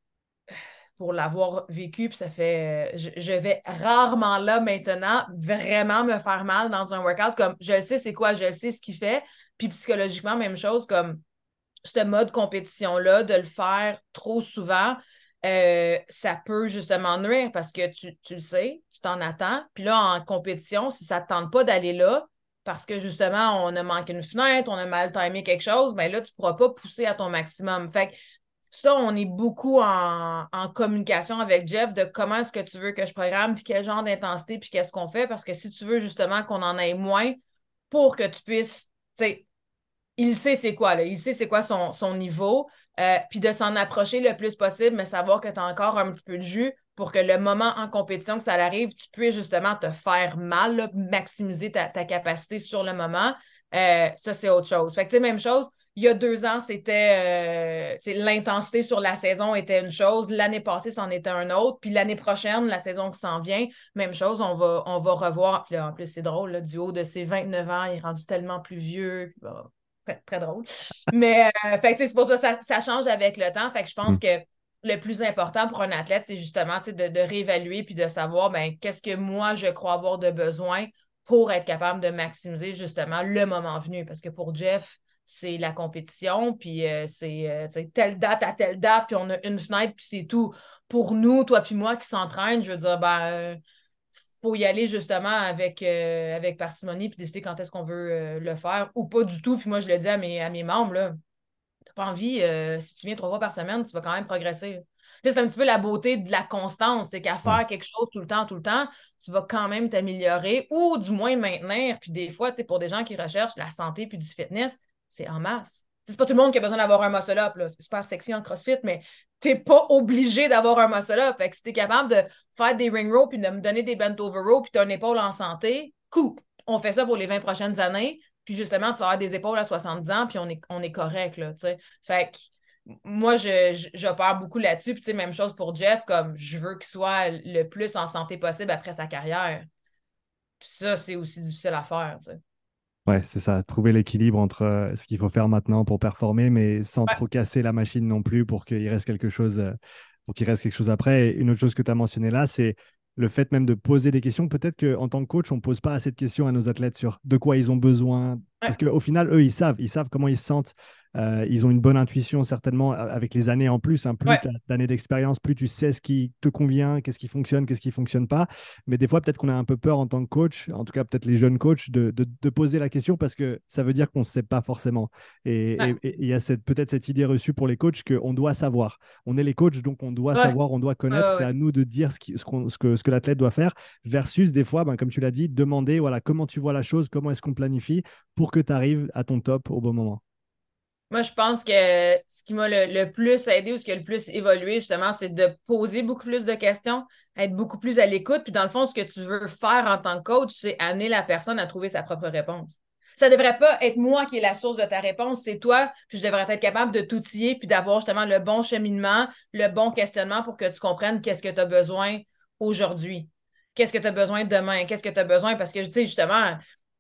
pour l'avoir vécu, puis ça fait. Je, je vais rarement là maintenant vraiment me faire mal dans un workout. Comme je sais c'est quoi, je sais ce qu'il fait. Puis psychologiquement, même chose, comme ce mode compétition-là, de le faire trop souvent, euh, ça peut justement nuire parce que tu, tu le sais, tu t'en attends. Puis là, en compétition, si ça ne te tente pas d'aller là, parce que justement, on a manqué une fenêtre, on a mal timé quelque chose, bien là, tu ne pourras pas pousser à ton maximum. Fait que ça, on est beaucoup en, en communication avec Jeff de comment est-ce que tu veux que je programme, puis quel genre d'intensité, puis qu'est-ce qu'on fait, parce que si tu veux justement qu'on en ait moins pour que tu puisses, tu sais, il sait c'est quoi, là. Il sait c'est quoi son, son niveau, euh, puis de s'en approcher le plus possible, mais savoir que tu as encore un petit peu de jus pour que le moment en compétition que ça arrive, tu puisses justement te faire mal, là, maximiser ta, ta capacité sur le moment. Euh, ça, c'est autre chose. Fait que, tu sais, même chose, il y a deux ans, c'était euh, l'intensité sur la saison était une chose. L'année passée, c'en était un autre. Puis l'année prochaine, la saison qui s'en vient, même chose, on va, on va revoir. Puis là, en plus, c'est drôle, là, du haut de ses vingt-neuf ans, il est rendu tellement plus vieux. Puis, bah, très, très drôle. Mais euh, fait que, c'est pour ça que ça, ça change avec le temps. Fait que je pense Mhm. que le plus important pour un athlète, c'est justement de, de réévaluer puis de savoir ben, qu'est-ce que moi je crois avoir de besoin pour être capable de maximiser justement le moment venu. Parce que pour Jeff, c'est la compétition, puis euh, c'est euh, telle date à telle date, puis on a une fenêtre, puis c'est tout. Pour nous, toi puis moi qui s'entraînent, je veux dire, ben, euh, faut y aller justement avec, euh, avec parcimonie puis décider quand est-ce qu'on veut euh, le faire ou pas du tout. Puis moi, je le dis à mes, à mes membres, là, t'as pas envie, euh, si tu viens trois fois par semaine, tu vas quand même progresser. Tu sais, c'est un petit peu la beauté de la constance, c'est qu'à Ouais. faire quelque chose tout le temps, tout le temps, tu vas quand même t'améliorer ou du moins maintenir. Puis des fois, tu sais, pour des gens qui recherchent la santé puis du fitness, c'est en masse. C'est pas tout le monde qui a besoin d'avoir un muscle-up, là. C'est super sexy en CrossFit, mais t'es pas obligé d'avoir un muscle-up. Fait que si t'es capable de faire des ring rows puis de me donner des bent over rows puis t'as une épaule en santé, cool. On fait ça pour les vingt prochaines années. Puis justement, tu vas avoir des épaules à soixante-dix ans, puis on est, on est correct, là, tu sais. Fait que moi, je, je, j'opère beaucoup là-dessus. Puis, tu sais, même chose pour Jeff, comme je veux qu'il soit le plus en santé possible après sa carrière. Puis ça, c'est aussi difficile à faire, tu sais. Ouais, c'est ça, trouver l'équilibre entre euh, ce qu'il faut faire maintenant pour performer, mais sans Ouais, trop casser la machine non plus pour qu'il reste quelque chose, euh, pour qu'il reste quelque chose après. Et une autre chose que tu as mentionné là, c'est le fait même de poser des questions. Peut-être qu'en tant que coach, on ne pose pas assez de questions à nos athlètes sur de quoi ils ont besoin. Parce ouais, qu'au final, eux, ils savent, ils savent comment ils se sentent. Euh, ils ont une bonne intuition, certainement, a- avec les années en plus. Hein. Plus ouais, tu as d'années d'expérience, plus tu sais ce qui te convient, qu'est-ce qui fonctionne, qu'est-ce qui ne fonctionne pas. Mais des fois, peut-être qu'on a un peu peur en tant que coach, en tout cas peut-être les jeunes coachs, de, de- de poser la question parce que ça veut dire qu'on ne sait pas forcément. Et ouais, et- et il y a cette, peut-être cette idée reçue pour les coachs qu'on doit savoir. On est les coachs, donc on doit ouais, savoir, on doit ouais, connaître. C'est ouais. à nous de dire ce, qui- ce, qu'on- ce que, ce que l'athlète doit faire, versus des fois, ben, comme tu l'as dit, demander voilà, comment tu vois la chose, comment est-ce qu'on planifie pour que tu arrives à ton top au bon moment. Moi, je pense que ce qui m'a le, le plus aidé ou ce qui a le plus évolué, justement, c'est de poser beaucoup plus de questions, être beaucoup plus à l'écoute. Puis, dans le fond, ce que tu veux faire en tant que coach, c'est amener la personne à trouver sa propre réponse. Ça ne devrait pas être moi qui est la source de ta réponse, c'est toi, puis je devrais être capable de t'outiller, puis d'avoir justement le bon cheminement, le bon questionnement pour que tu comprennes qu'est-ce que tu as besoin aujourd'hui. Qu'est-ce que tu as besoin demain? Qu'est-ce que tu as besoin? Parce que, tu sais, justement,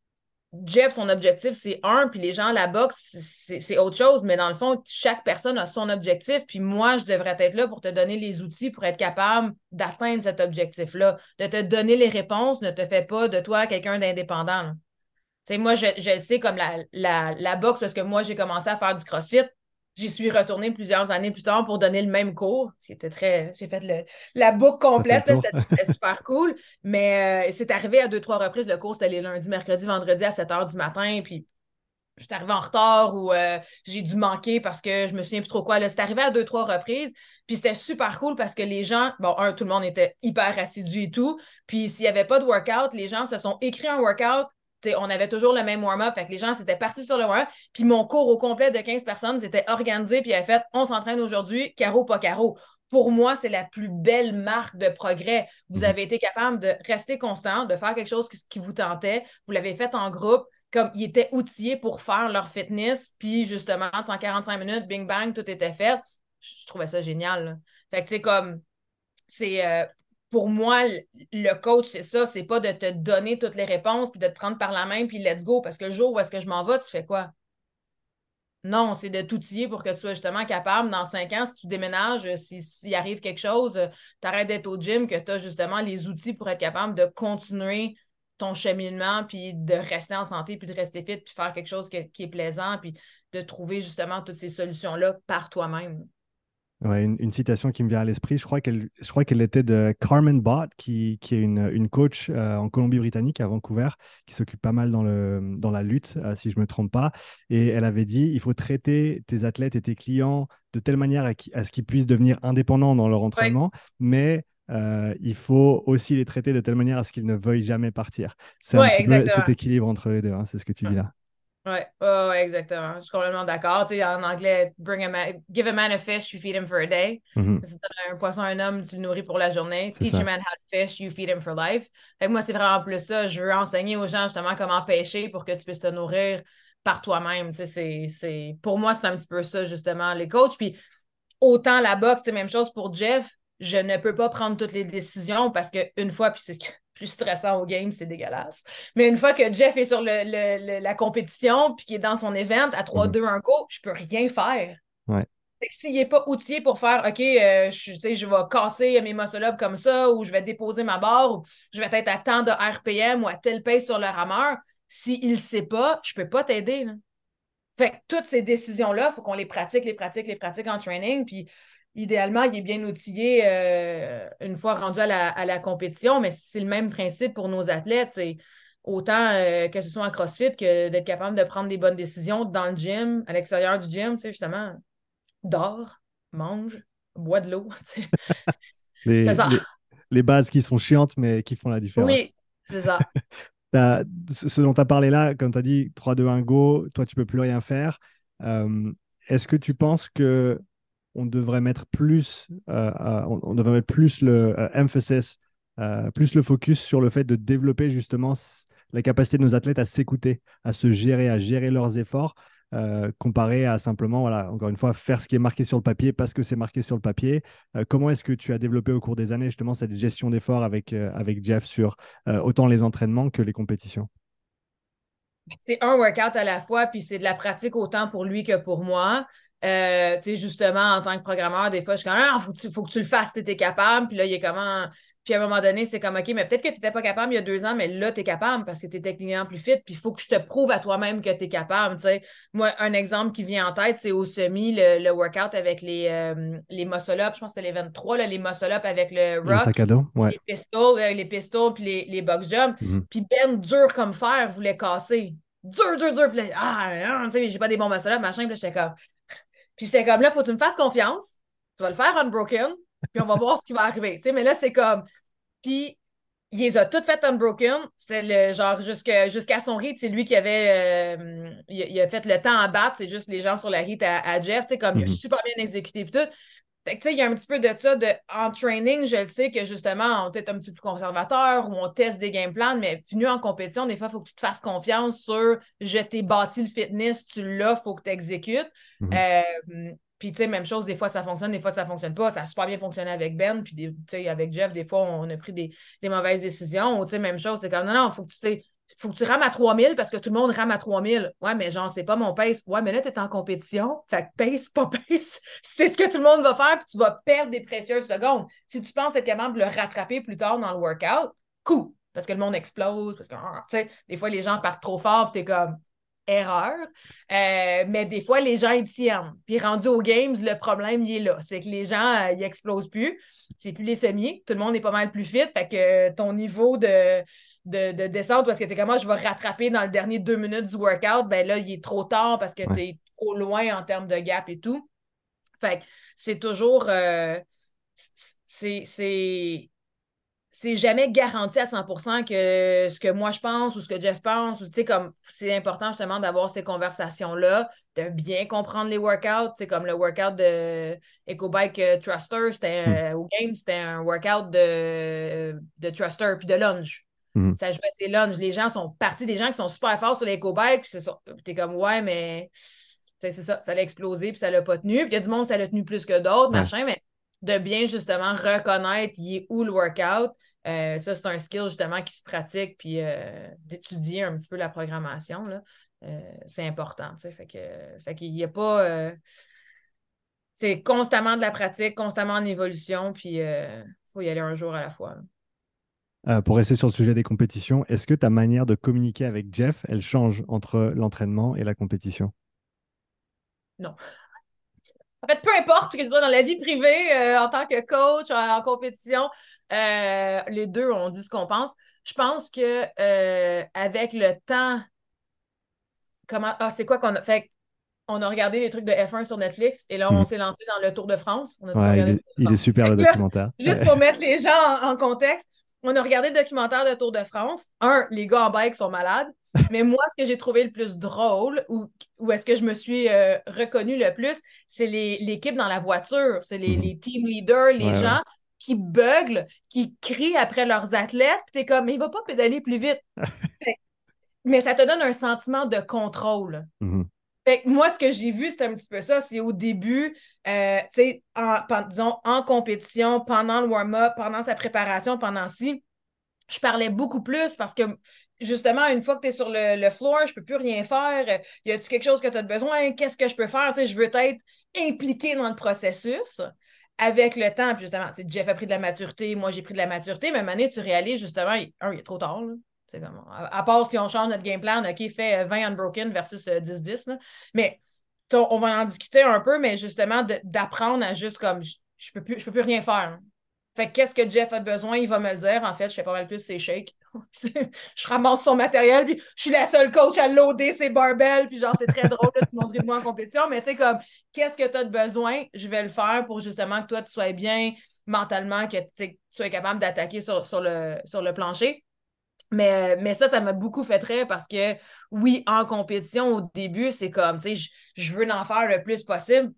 Jeff, son objectif, c'est un, puis les gens à la boxe, c'est, c'est autre chose, mais dans le fond, chaque personne a son objectif, puis moi, je devrais être là pour te donner les outils pour être capable d'atteindre cet objectif-là. De te donner les réponses ne te fait pas de toi quelqu'un d'indépendant. Tu sais, moi, je, je le sais comme la, la, la boxe, parce que moi, j'ai commencé à faire du CrossFit. J'y suis retournée plusieurs années plus tard pour donner le même cours. C'était très. J'ai fait le, la boucle Ça fait le complète, là, tour. c'était, c'était super cool. Mais euh, c'est arrivé à deux, trois reprises. Le cours, c'était les lundis, mercredis, vendredis à sept heures du matin. Puis je suis arrivée en retard ou euh, j'ai dû manquer parce que je me souviens plus trop quoi. Là, c'est arrivé à deux, trois reprises. Puis c'était super cool parce que les gens, bon, un, tout le monde était hyper assidu et tout. Puis s'il n'y avait pas de workout, les gens se sont écrits un workout. T'sais, on avait toujours le même warm-up. Fait que les gens s'étaient partis sur le warm-up. Puis mon cours au complet de quinze personnes s'était organisé. Puis il avait fait on s'entraîne aujourd'hui, carreau, pas carreau. Pour moi, c'est la plus belle marque de progrès. Vous Mhm. avez été capable de rester constant, de faire quelque chose qui, qui vous tentait. Vous l'avez fait en groupe comme ils étaient outillés pour faire leur fitness, puis justement, en quarante-cinq minutes, bing bang, tout était fait. Je trouvais ça génial. Là. Fait que tu sais, comme, c'est euh, pour moi, le coach, c'est ça, c'est pas de te donner toutes les réponses, puis de te prendre par la main, puis let's go, parce que le jour où est-ce que je m'en vais, tu fais quoi? Non, c'est de t'outiller pour que tu sois justement capable, dans cinq ans, si tu déménages, s'il si, si arrive quelque chose, tu arrêtes d'être au gym, que tu as justement les outils pour être capable de continuer ton cheminement, puis de rester en santé, puis de rester fit, puis faire quelque chose que, qui est plaisant, puis de trouver justement toutes ces solutions-là par toi-même. Ouais, une, une citation qui me vient à l'esprit, je crois qu'elle, je crois qu'elle était de Carmen Bott, qui, qui est une, une coach euh, en Colombie-Britannique, à Vancouver, qui s'occupe pas mal dans le, dans la lutte, euh, si je ne me trompe pas. Et elle avait dit, il faut traiter tes athlètes et tes clients de telle manière à, qui- à ce qu'ils puissent devenir indépendants dans leur Oui, entraînement, mais euh, il faut aussi les traiter de telle manière à ce qu'ils ne veuillent jamais partir. C'est un ouais, petit peu cet exactement. équilibre entre les deux, hein, c'est ce que tu dis là. Ouais, ouais, ouais, exactement. Je suis complètement d'accord. Tu sais, en anglais, bring a man, give a man a fish, you feed him for a day. Mhm, Si tu donnes un poisson à un homme, tu le nourris pour la journée. c'est Teach a ça. man how to fish, you feed him for life. Fait que moi, c'est vraiment plus ça. Je veux enseigner aux gens justement comment pêcher pour que tu puisses te nourrir par toi-même. Tu sais, c'est, c'est... Pour moi, c'est un petit peu ça, justement, les coachs. Puis autant la boxe, c'est la même chose pour Jeff. Je ne peux pas prendre toutes les décisions parce qu'une fois, puis c'est ce qui est plus stressant au game, c'est dégueulasse. Mais une fois que Jeff est sur le, le- le- la compétition puis qu'il est dans son event à trois Mhm, deux un go, je peux rien faire. ouais. Fait que s'il n'est pas outillé pour faire OK, euh, je, tu sais, je vais casser mes muscle-ups comme ça, ou je vais déposer ma barre, ou je vais être à tant de R P M ou à tel pace sur le rameur, s'il ne sait pas, je ne peux pas t'aider. Là. Fait que toutes ces décisions-là, il faut qu'on les pratique, les pratique, les pratique en training. Puis idéalement, il est bien outillé euh, une fois rendu à la, à la compétition, mais c'est le même principe pour nos athlètes. C'est autant euh, que ce soit en CrossFit que d'être capable de prendre des bonnes décisions dans le gym, à l'extérieur du gym, tu sais, justement, dors, mange, bois de l'eau. Tu sais. C'est Les, ça. les, les bases qui sont chiantes, mais qui font la différence. Oui, c'est ça. T'as- ce ce dont tu as parlé là, comme tu as dit, trois deux un go, toi tu peux plus rien faire. Euh, Est-ce que tu penses que on devrait mettre plus, euh, euh, on, on devrait mettre plus le euh, emphasis, euh, plus le focus sur le fait de développer justement s- la capacité de nos athlètes à s'écouter, à se gérer, à gérer leurs efforts, euh, comparé à simplement, voilà, encore une fois, faire ce qui est marqué sur le papier parce que c'est marqué sur le papier. Euh, comment est-ce que tu as développé au cours des années justement cette gestion d'efforts avec, euh, avec Jeff sur euh, autant les entraînements que les compétitions? C'est un workout à la fois, puis c'est de la pratique autant pour lui que pour moi. Euh, tu sais, justement, en tant que programmeur, des fois, je suis comme, ah, faut que tu, faut que tu le fasses, tu es capable. Puis là, il est comment. Puis à un moment donné, c'est comme, OK, mais peut-être que tu n'étais pas capable il y a deux ans, mais là, tu es capable parce que tu es techniquement plus fit. Puis il faut que je te prouve à toi-même que tu es capable. Tu sais. Moi, un exemple qui vient en tête, c'est au semi, le, le workout avec les, euh, les muscle-ups. Je pense que c'était les vingt-trois, là, les muscle-ups avec le Le rock, sac à dos, ouais. les pistols, euh, les pistols, puis les, les box jumps. Mhm. Puis Ben, dur comme fer, voulait casser dur, dur, dur. Puis là, ah, ah, tu sais, j'ai pas des bons muscle machin. Puis là, j'étais comme, puis j'étais comme, là, faut que tu me fasses confiance. Tu vas le faire unbroken, puis on va voir ce qui va arriver. Tu sais, mais là, c'est comme, puis il les a toutes faites unbroken. C'est le genre, jusqu'à jusqu'à son hit, c'est lui qui avait, euh, il, il, a fait le temps à battre. C'est juste les gens sur la hit à, à Jeff. Tu sais, comme, il a Mhm. super bien exécuté, puis tout. Fait que, tu sais, il y a un petit peu de ça. De, en training, je le sais que justement, on est un petit peu plus conservateur ou on teste des game plans, mais venu en compétition, des fois, il faut que tu te fasses confiance sur je t'ai bâti le fitness, tu l'as, il faut que tu exécutes. Mhm. Euh, puis, tu sais, même chose, des fois, ça fonctionne, des fois, ça fonctionne pas. Ça a super bien fonctionné avec Ben, puis, tu sais, avec Jeff, des fois, on a pris des, des mauvaises décisions. Ou, tu sais, même chose, c'est comme, non, non, il faut que tu sais, faut que tu rames à trois mille parce que tout le monde rame à trois mille. Ouais, mais genre, c'est pas mon pace. Ouais, mais là, tu es en compétition. Fait que pace, pas pace, c'est ce que tout le monde va faire, puis tu vas perdre des précieuses secondes. Si tu penses être capable de le rattraper plus tard dans le workout, cool. Parce que le monde explose. Parce que, tu sais, des fois, les gens partent trop fort, puis t'es comme erreur. Euh, mais des fois, les gens, ils tiennent. Puis rendu aux games, le problème, il est là. C'est que les gens, euh, ils explosent plus. C'est plus les semis. Tout le monde est pas mal plus fit. Fait que ton niveau de, de, de descente, parce que t'es comme moi, je vais rattraper dans le dernier deux minutes du workout, ben là, il est trop tard parce que Ouais. t'es trop loin en termes de gap et tout. Fait que c'est toujours... euh, c'est, c'est, c'est jamais garanti à cent pour cent que ce que moi je pense ou ce que Jeff pense, ou tu sais, comme c'est important justement d'avoir ces conversations-là, de bien comprendre les workouts. C'est comme le workout de EcoBike euh, Thruster, Mm. c'était euh, au game, c'était un workout de, de Thruster puis de lunge. Mm. Ça jouait ses lunges. Les gens sont partis, des gens qui sont super forts sur l'EcoBike, puis c'est ça. Puis t'es comme, ouais, mais c'est ça, ça l'a explosé, puis ça l'a pas tenu. Puis il y a du monde, ça l'a tenu plus que d'autres, Ouais. machin, mais de bien justement reconnaître il est où le workout. Euh, ça, c'est un skill justement qui se pratique, puis euh, d'étudier un petit peu la programmation. Là. Euh, c'est important. Fait que, fait qu'il n'y a pas. Euh, c'est constamment de la pratique, constamment en évolution, puis il euh, faut y aller un jour à la fois. Euh, pour rester sur le sujet des compétitions, est-ce que ta manière de communiquer avec Jeff, elle change entre l'entraînement et la compétition? Non. En fait, peu importe que ce soit dans la vie privée, euh, en tant que coach, en, en compétition, euh, les deux, on dit ce qu'on pense. Je pense que euh, avec le temps, comment. Ah, c'est quoi qu'on a fait? On a regardé les trucs de F un sur Netflix et là, on Mm. s'est lancé dans le Tour de France. On a tous Ouais, il regardé le est, Tour de il est France. super Fait le que là, documentaire. juste pour mettre les gens en, en contexte, on a regardé le documentaire de Tour de France. Un, les gars en bike sont malades. Mais moi, ce que j'ai trouvé le plus drôle, ou, ou est-ce que je me suis euh, reconnue le plus, c'est les- l'équipe dans la voiture. C'est les, Mhm. les team leaders, les Ouais, ouais. gens qui buglent, qui crient après leurs athlètes. Puis t'es comme, mais il va pas pédaler plus vite. Mais ça te donne un sentiment de contrôle. Mhm. Fait que moi, ce que j'ai vu, c'est un petit peu ça. C'est au début, euh, tu sais, en, pen- disons, en compétition, pendant le warm-up, pendant sa préparation, pendant ci, je parlais beaucoup plus parce que, justement, une fois que tu es sur le, le floor, je peux plus rien faire. Euh, Y a-tu quelque chose que tu as besoin? Qu'est-ce que je peux faire? Tu sais, je veux être impliqué dans le processus avec le temps. Puis justement, tu sais, Jeff a pris de la maturité, moi j'ai pris de la maturité, mais à un moment donné, tu réalises justement, il, un, il est trop tard. Là. C'est comme, à, à part si on change notre game plan, OK, fait vingt unbroken versus euh, dix dix. Là. Mais on, on va en discuter un peu, mais justement, de, d'apprendre à juste comme, je, je peux plus, je peux plus rien faire. Fait que qu'est-ce que Jeff a besoin, il va me le dire. En fait, je fais pas mal plus ses shakes. Je ramasse son matériel, puis je suis la seule coach à loader ses barbells, puis genre, c'est très drôle de te montrer de moi en compétition, mais tu sais, comme, qu'est-ce que tu as de besoin, je vais le faire pour justement que toi, tu sois bien mentalement, que tu sois capable d'attaquer sur, sur, le, sur le plancher. Mais, mais ça, ça m'a beaucoup fait rire parce que, oui, en compétition, au début, c'est comme, tu sais, je, je veux en faire le plus possible,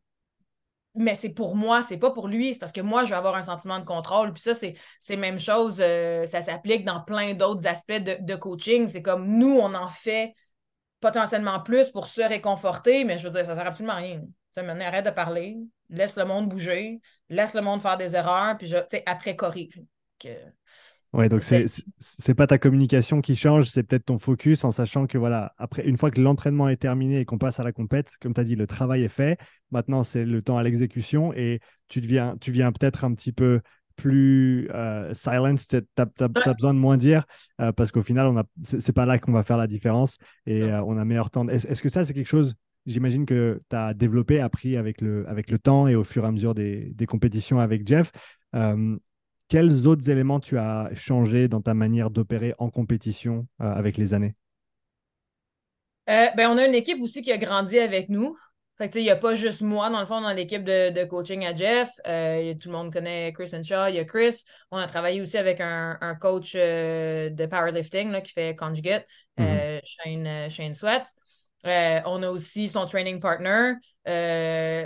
mais c'est pour moi, c'est pas pour lui, c'est parce que moi, je vais avoir un sentiment de contrôle. Puis ça, c'est c'est même chose, euh, ça s'applique dans plein d'autres aspects de, de coaching. C'est comme nous, on en fait potentiellement plus pour se réconforter, mais je veux dire, ça sert absolument à rien. Ça maintenant, arrête de parler, laisse le monde bouger, laisse le monde faire des erreurs, puis je, tu sais, après corrige. Que, Ouais, donc c'est c'est c'est c'est pas ta communication qui change, c'est peut-être ton focus en sachant que voilà, après une fois que l'entraînement est terminé et qu'on passe à la compète, comme tu as dit, le travail est fait. Maintenant, c'est le temps à l'exécution et tu deviens tu viens peut-être un petit peu plus euh, silent, tu as, besoin de moins dire euh, parce qu'au final, on a c'est c'est pas là qu'on va faire la différence et non. euh, on a meilleur temps. Est-ce est-ce que ça, c'est quelque chose, j'imagine que tu as développé, appris avec le, avec le temps et au fur et à mesure des, des compétitions avec Jeff? Euh, Quels autres éléments tu as changé dans ta manière d'opérer en compétition euh, avec les années? Euh, ben, on a une équipe aussi qui a grandi avec nous. Fait que, tu sais, il n'y a pas juste moi, dans le fond, dans l'équipe de, de coaching à Jeff. Euh, il y a- tout le monde connaît Chris Shaw, il y a Chris. On a travaillé aussi avec un, un coach euh, de powerlifting là, qui fait Conjugate, Mhm. euh, Shane, euh, Shane Sweat. Euh, on a aussi son training partner. Euh,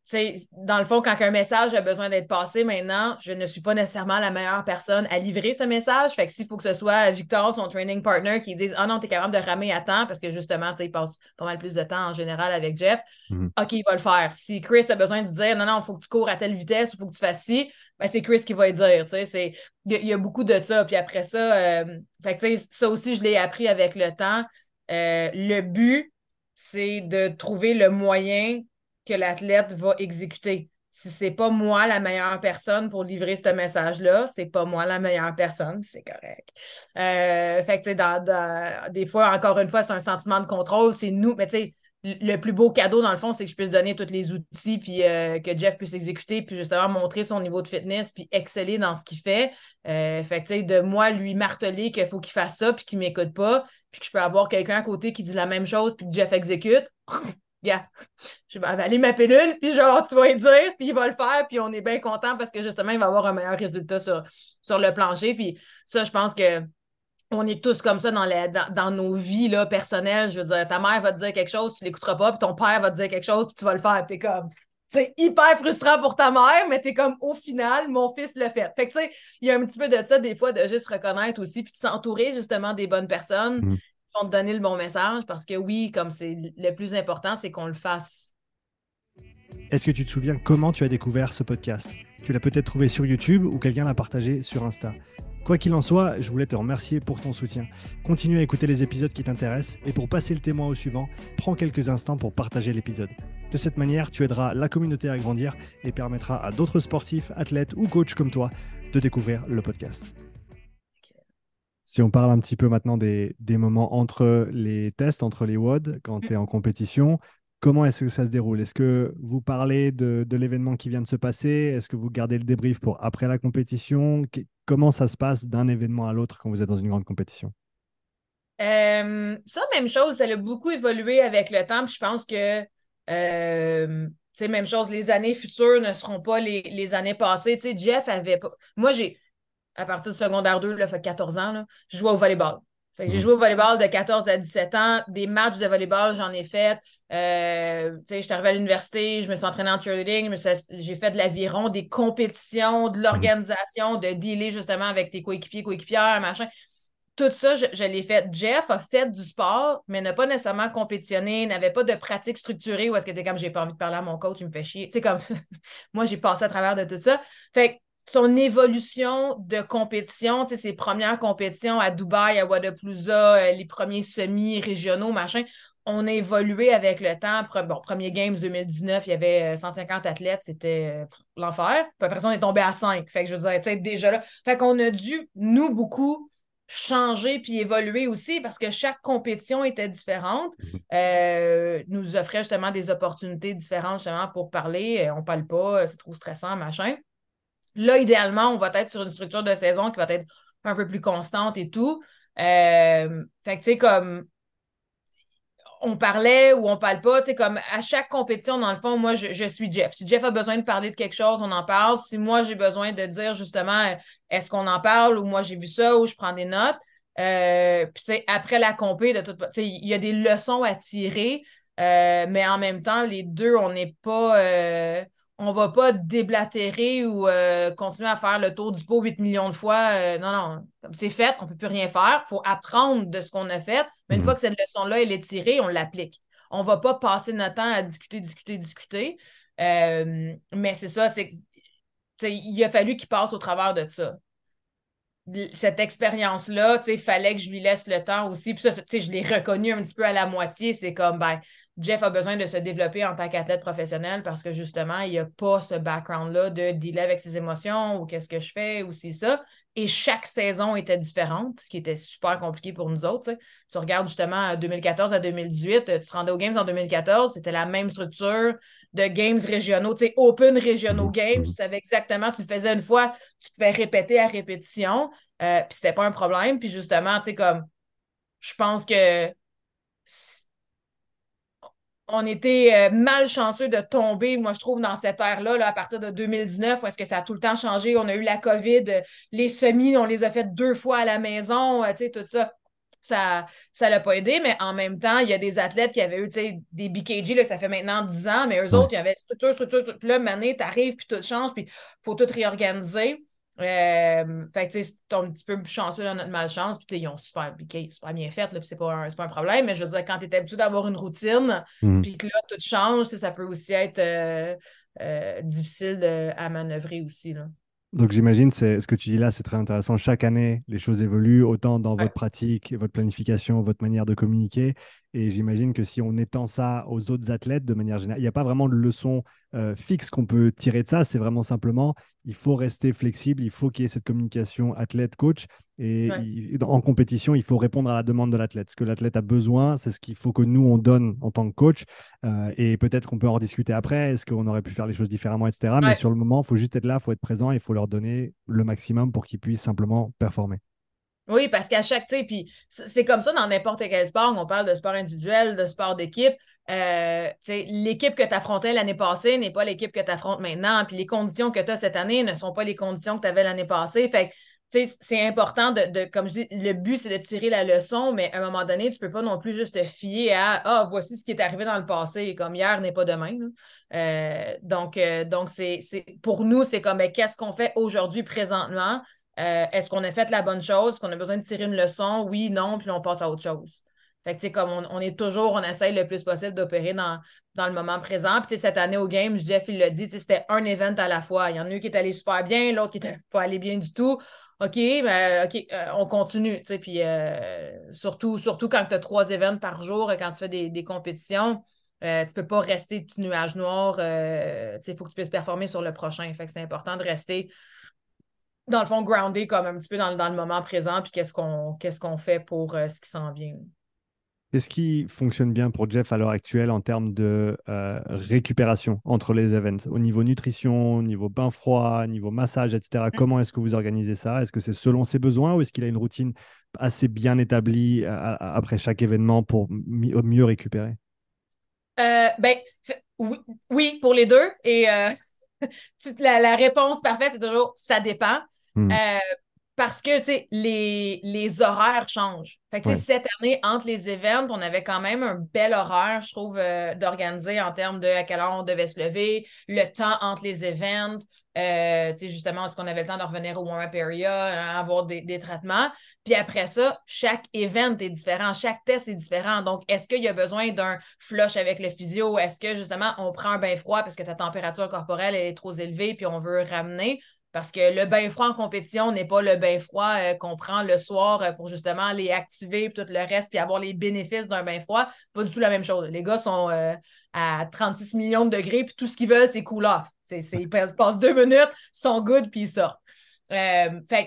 sais, dans le fond, quand un message a besoin d'être passé maintenant, je ne suis pas nécessairement la meilleure personne à livrer ce message. Fait que s'il faut que ce soit Victor, son training partner, qui dise ah non, t'es capable de ramer à temps parce que justement, tu sais, il passe pas mal plus de temps en général avec Jeff. Mm-hmm. OK, il va le faire. Si Chris a besoin de dire non, non, il faut que tu cours à telle vitesse, il faut que tu fasses ci, ben c'est Chris qui va le dire. Tu sais, c'est... il, y a, il y a beaucoup de ça. Puis après ça, euh... fait que, tu sais, ça aussi, je l'ai appris avec le temps. Euh, le but, c'est de trouver le moyen que l'athlète va exécuter. Si c'est pas moi la meilleure personne pour livrer ce message-là, c'est pas moi la meilleure personne, c'est correct. Euh, fait que, tu sais, dans, dans, des fois, encore une fois, c'est un sentiment de contrôle, c'est nous, mais tu sais, le plus beau cadeau, dans le fond, c'est que je puisse donner tous les outils, puis euh, que Jeff puisse exécuter, puis justement montrer son niveau de fitness, puis exceller dans ce qu'il fait. Euh, fait que, tu sais, de moi, lui marteler qu'il faut qu'il fasse ça, puis qu'il m'écoute pas, puis que je peux avoir quelqu'un à côté qui dit la même chose, puis que Jeff exécute. Yeah. Je vais avaler ma pilule, puis genre, tu vas lui dire, puis il va le faire, puis on est bien content parce que justement, il va avoir un meilleur résultat sur, sur le plancher. Puis ça, je pense que on est tous comme ça dans, les, dans, dans nos vies là, personnelles. Je veux dire, ta mère va te dire quelque chose, tu l'écouteras pas, puis ton père va te dire quelque chose, puis tu vas le faire. T'es comme, c'est hyper frustrant pour ta mère, mais t'es comme, au final, mon fils le fait. Fait que tu sais, il y a un petit peu de ça, des fois, de juste reconnaître aussi, puis de s'entourer justement des bonnes personnes. Mm. Te donner le bon message parce que oui, comme c'est le plus important, c'est qu'on le fasse. Est-ce que tu te souviens comment tu as découvert ce podcast? Tu l'as peut-être trouvé sur YouTube ou quelqu'un l'a partagé sur Insta. Quoi qu'il en soit, je voulais te remercier pour ton soutien. Continue à écouter les épisodes qui t'intéressent et pour passer le témoin au suivant, prends quelques instants pour partager l'épisode. De cette manière, tu aideras la communauté à grandir et permettras à d'autres sportifs, athlètes ou coachs comme toi de découvrir le podcast. Si on parle un petit peu maintenant des, des moments entre les tests, entre les W O D, quand tu es en compétition, comment est-ce que ça se déroule? Est-ce que vous parlez de, de l'événement qui vient de se passer? Est-ce que vous gardez le débrief pour après la compétition? Comment ça se passe d'un événement à l'autre quand vous êtes dans une grande compétition? Euh, ça, même chose, ça a beaucoup évolué avec le temps. Puis je pense que, euh, tu sais, même chose, les années futures ne seront pas les, les années passées. Tu sais, Jeff avait pas... Moi, j'ai... à partir de secondaire deux, là, fait quatorze ans, là, je jouais au volleyball. Fait que j'ai joué au volleyball de quatorze à dix-sept ans. Des matchs de volleyball, j'en ai fait. Euh, je suis arrivée à l'université, je me suis entraînée en cheerleading, j'ai fait de l'aviron, des compétitions, de l'organisation, de dealer justement avec tes coéquipiers, coéquipières, machin. Tout ça, je, je l'ai fait. Jeff a fait du sport, mais n'a pas nécessairement compétitionné, n'avait pas de pratique structurée où est-ce que t'es comme j'ai pas envie de parler à mon coach, il me fait chier. Tu sais, comme moi, j'ai passé à travers de tout ça. Fait que son évolution de compétition, ses premières compétitions à Dubaï, à Wodapalooza, les premiers semis-régionaux, machin, on a évolué avec le temps. Bon, premier Games deux mille dix-neuf, il y avait cent cinquante athlètes, c'était l'enfer. Puis après ça, on est tombé à cinq. Fait que je veux dire, tu sais, déjà là. Fait qu'on a dû, nous, beaucoup, changer puis évoluer aussi parce que chaque compétition était différente, euh, nous offrait justement des opportunités différentes justement pour parler. On parle pas, c'est trop stressant, machin. Là, idéalement, on va être sur une structure de saison qui va être un peu plus constante et tout. Euh, fait que, tu sais, comme on parlait ou on parle pas, tu sais, comme à chaque compétition, dans le fond, moi, je, je suis Jeff. Si Jeff a besoin de parler de quelque chose, on en parle. Si moi, j'ai besoin de dire, justement, est-ce qu'on en parle ou moi, j'ai vu ça ou je prends des notes. Euh, puis, tu sais, après la compé, de toute, tu sais, il y a des leçons à tirer, euh, mais en même temps, les deux, on n'est pas... Euh, on va pas déblatérer ou euh, continuer à faire le tour du pot huit millions de fois. Euh, non, non, c'est fait, on peut plus rien faire. Il faut apprendre de ce qu'on a fait. Mais une mmh. fois que cette leçon-là, elle est tirée, on l'applique. On va pas passer notre temps à discuter, discuter, discuter. Euh, mais c'est ça, c'est il a fallu qu'il passe au travers de ça. Cette expérience-là, il fallait que je lui laisse le temps aussi. Puis ça, je l'ai reconnu un petit peu à la moitié. C'est comme, ben, Jeff a besoin de se développer en tant qu'athlète professionnel parce que justement, il n'a pas ce background-là de dealer avec ses émotions ou qu'est-ce que je fais ou c'est ça. Et chaque saison était différente, ce qui était super compliqué pour nous autres. T'sais. Tu regardes justement deux mille quatorze à deux mille dix-huit, tu te rendais aux Games en deux mille quatorze, c'était la même structure de Games régionaux, tu sais, Open Régionaux Games, tu savais exactement, tu le faisais une fois, tu pouvais répéter à répétition, euh, puis c'était pas un problème. Puis justement, tu sais, comme, je pense que on était euh, malchanceux de tomber, moi, je trouve, dans cette ère-là, là, à partir de deux mille dix-neuf, où est-ce que ça a tout le temps changé. On a eu la COVID, euh, les semis, on les a fait deux fois à la maison, euh, tu sais, tout ça. ça ça l'a pas aidé, mais en même temps, il y a des athlètes qui avaient eu, tu sais, des B K G, là, que ça fait maintenant dix ans, mais eux Ouais. autres, ils avaient structure, structure, structure. Puis là, mané, t'arrives, puis tout change, puis faut tout réorganiser. Euh, fait que, tu sais, c'est un petit peu chanceux dans notre malchance, puis, tu sais, ils ont super, B K, super bien fait, là, puis c'est pas, un, c'est pas un problème, mais je veux dire, quand t'es habitué d'avoir une routine, Mhm. puis que là, tout change, tu sais, ça peut aussi être euh, euh, difficile de, à manœuvrer aussi, là. Donc j'imagine, c'est ce que tu dis là, c'est très intéressant. Chaque année, les choses évoluent, autant dans Ouais, votre pratique, votre planification, votre manière de communiquer. Et j'imagine que si on étend ça aux autres athlètes de manière générale, il n'y a pas vraiment de leçon euh, fixe qu'on peut tirer de ça. C'est vraiment simplement, il faut rester flexible, il faut qu'il y ait cette communication athlète-coach. Et ouais. il- en compétition, il faut répondre à la demande de l'athlète. Ce que l'athlète a besoin, c'est ce qu'il faut que nous, on donne en tant que coach. Euh, et peut-être qu'on peut en rediscuter après. Est-ce qu'on aurait pu faire les choses différemment, et cetera. Mais Ouais. sur le moment, il faut juste être là, il faut être présent et il faut leur donner le maximum pour qu'ils puissent simplement performer. Oui, parce qu'à chaque, tu sais, puis c- c'est comme ça dans n'importe quel sport. On parle de sport individuel, de sport d'équipe. Euh, tu sais, l'équipe que tu affrontais l'année passée n'est pas l'équipe que tu affrontes maintenant. Puis les conditions que tu as cette année ne sont pas les conditions que tu avais l'année passée. Fait que, tu sais, c'est important de, de, comme je dis, le but, c'est de tirer la leçon, mais à un moment donné, tu peux pas non plus juste te fier à Ah, voici ce qui est arrivé dans le passé, comme hier n'est pas demain, là. Euh, donc, euh, donc c'est, c'est, pour nous, c'est comme, mais qu'est-ce qu'on fait aujourd'hui, présentement? Euh, est-ce qu'on a fait la bonne chose? Est-ce qu'on a besoin de tirer une leçon? Oui, non, puis on passe à autre chose. Fait que, tu sais, comme on, on est toujours, on essaye le plus possible d'opérer dans, dans le moment présent. Puis, tu sais, cette année au game, Jeff, il l'a dit, tu sais, c'était un event à la fois. Il y en a un qui est allé super bien, l'autre qui n'était pas allé bien du tout. OK, ben, OK, euh, on continue, tu sais, puis euh, surtout, surtout quand tu as trois events par jour, quand tu fais des, des compétitions, euh, tu peux pas rester petit nuage noir. Euh, tu sais, il faut que tu puisses performer sur le prochain. Fait que c'est important de rester dans le fond, groundé comme un petit peu dans, le- dans le moment présent, puis qu'est-ce qu'on qu'est-ce qu'on fait pour euh, ce qui s'en vient. Qu'est-ce qui fonctionne bien pour Jeff à l'heure actuelle en termes de euh, récupération entre les events? Au niveau nutrition, au niveau bain froid, au niveau massage, et cetera. Comment est-ce que vous organisez ça? Est-ce que c'est selon ses besoins ou est-ce qu'il a une routine assez bien établie euh, après chaque événement pour mi- mieux récupérer? Euh, ben, f- oui, oui, pour les deux. Et euh, tu- la, la réponse parfaite, c'est toujours ça dépend. Hmm. Euh, parce que, tu sais, les, les horaires changent. Fait que, tu sais, Ouais. cette année, entre les événements, on avait quand même un bel horaire, je trouve, euh, d'organiser en termes de à quelle heure on devait se lever, le temps entre les événements, euh, tu sais, justement, est-ce qu'on avait le temps de revenir au warm-up area, hein, avoir des, des traitements. Puis après ça, chaque event est différent, chaque test est différent. Donc, est-ce qu'il y a besoin d'un flush avec le physio? Est-ce que, justement, on prend un bain froid parce que ta température corporelle elle est trop élevée puis on veut ramener? Parce que le bain froid en compétition n'est pas le bain froid euh, qu'on prend le soir euh, pour justement les activer puis tout le reste puis avoir les bénéfices d'un bain froid. Pas du tout la même chose. Les gars sont euh, à trente-six millions de degrés puis tout ce qu'ils veulent, c'est cool off. C'est, c'est, ils passent deux minutes, ils sont good puis ils sortent. Euh, fait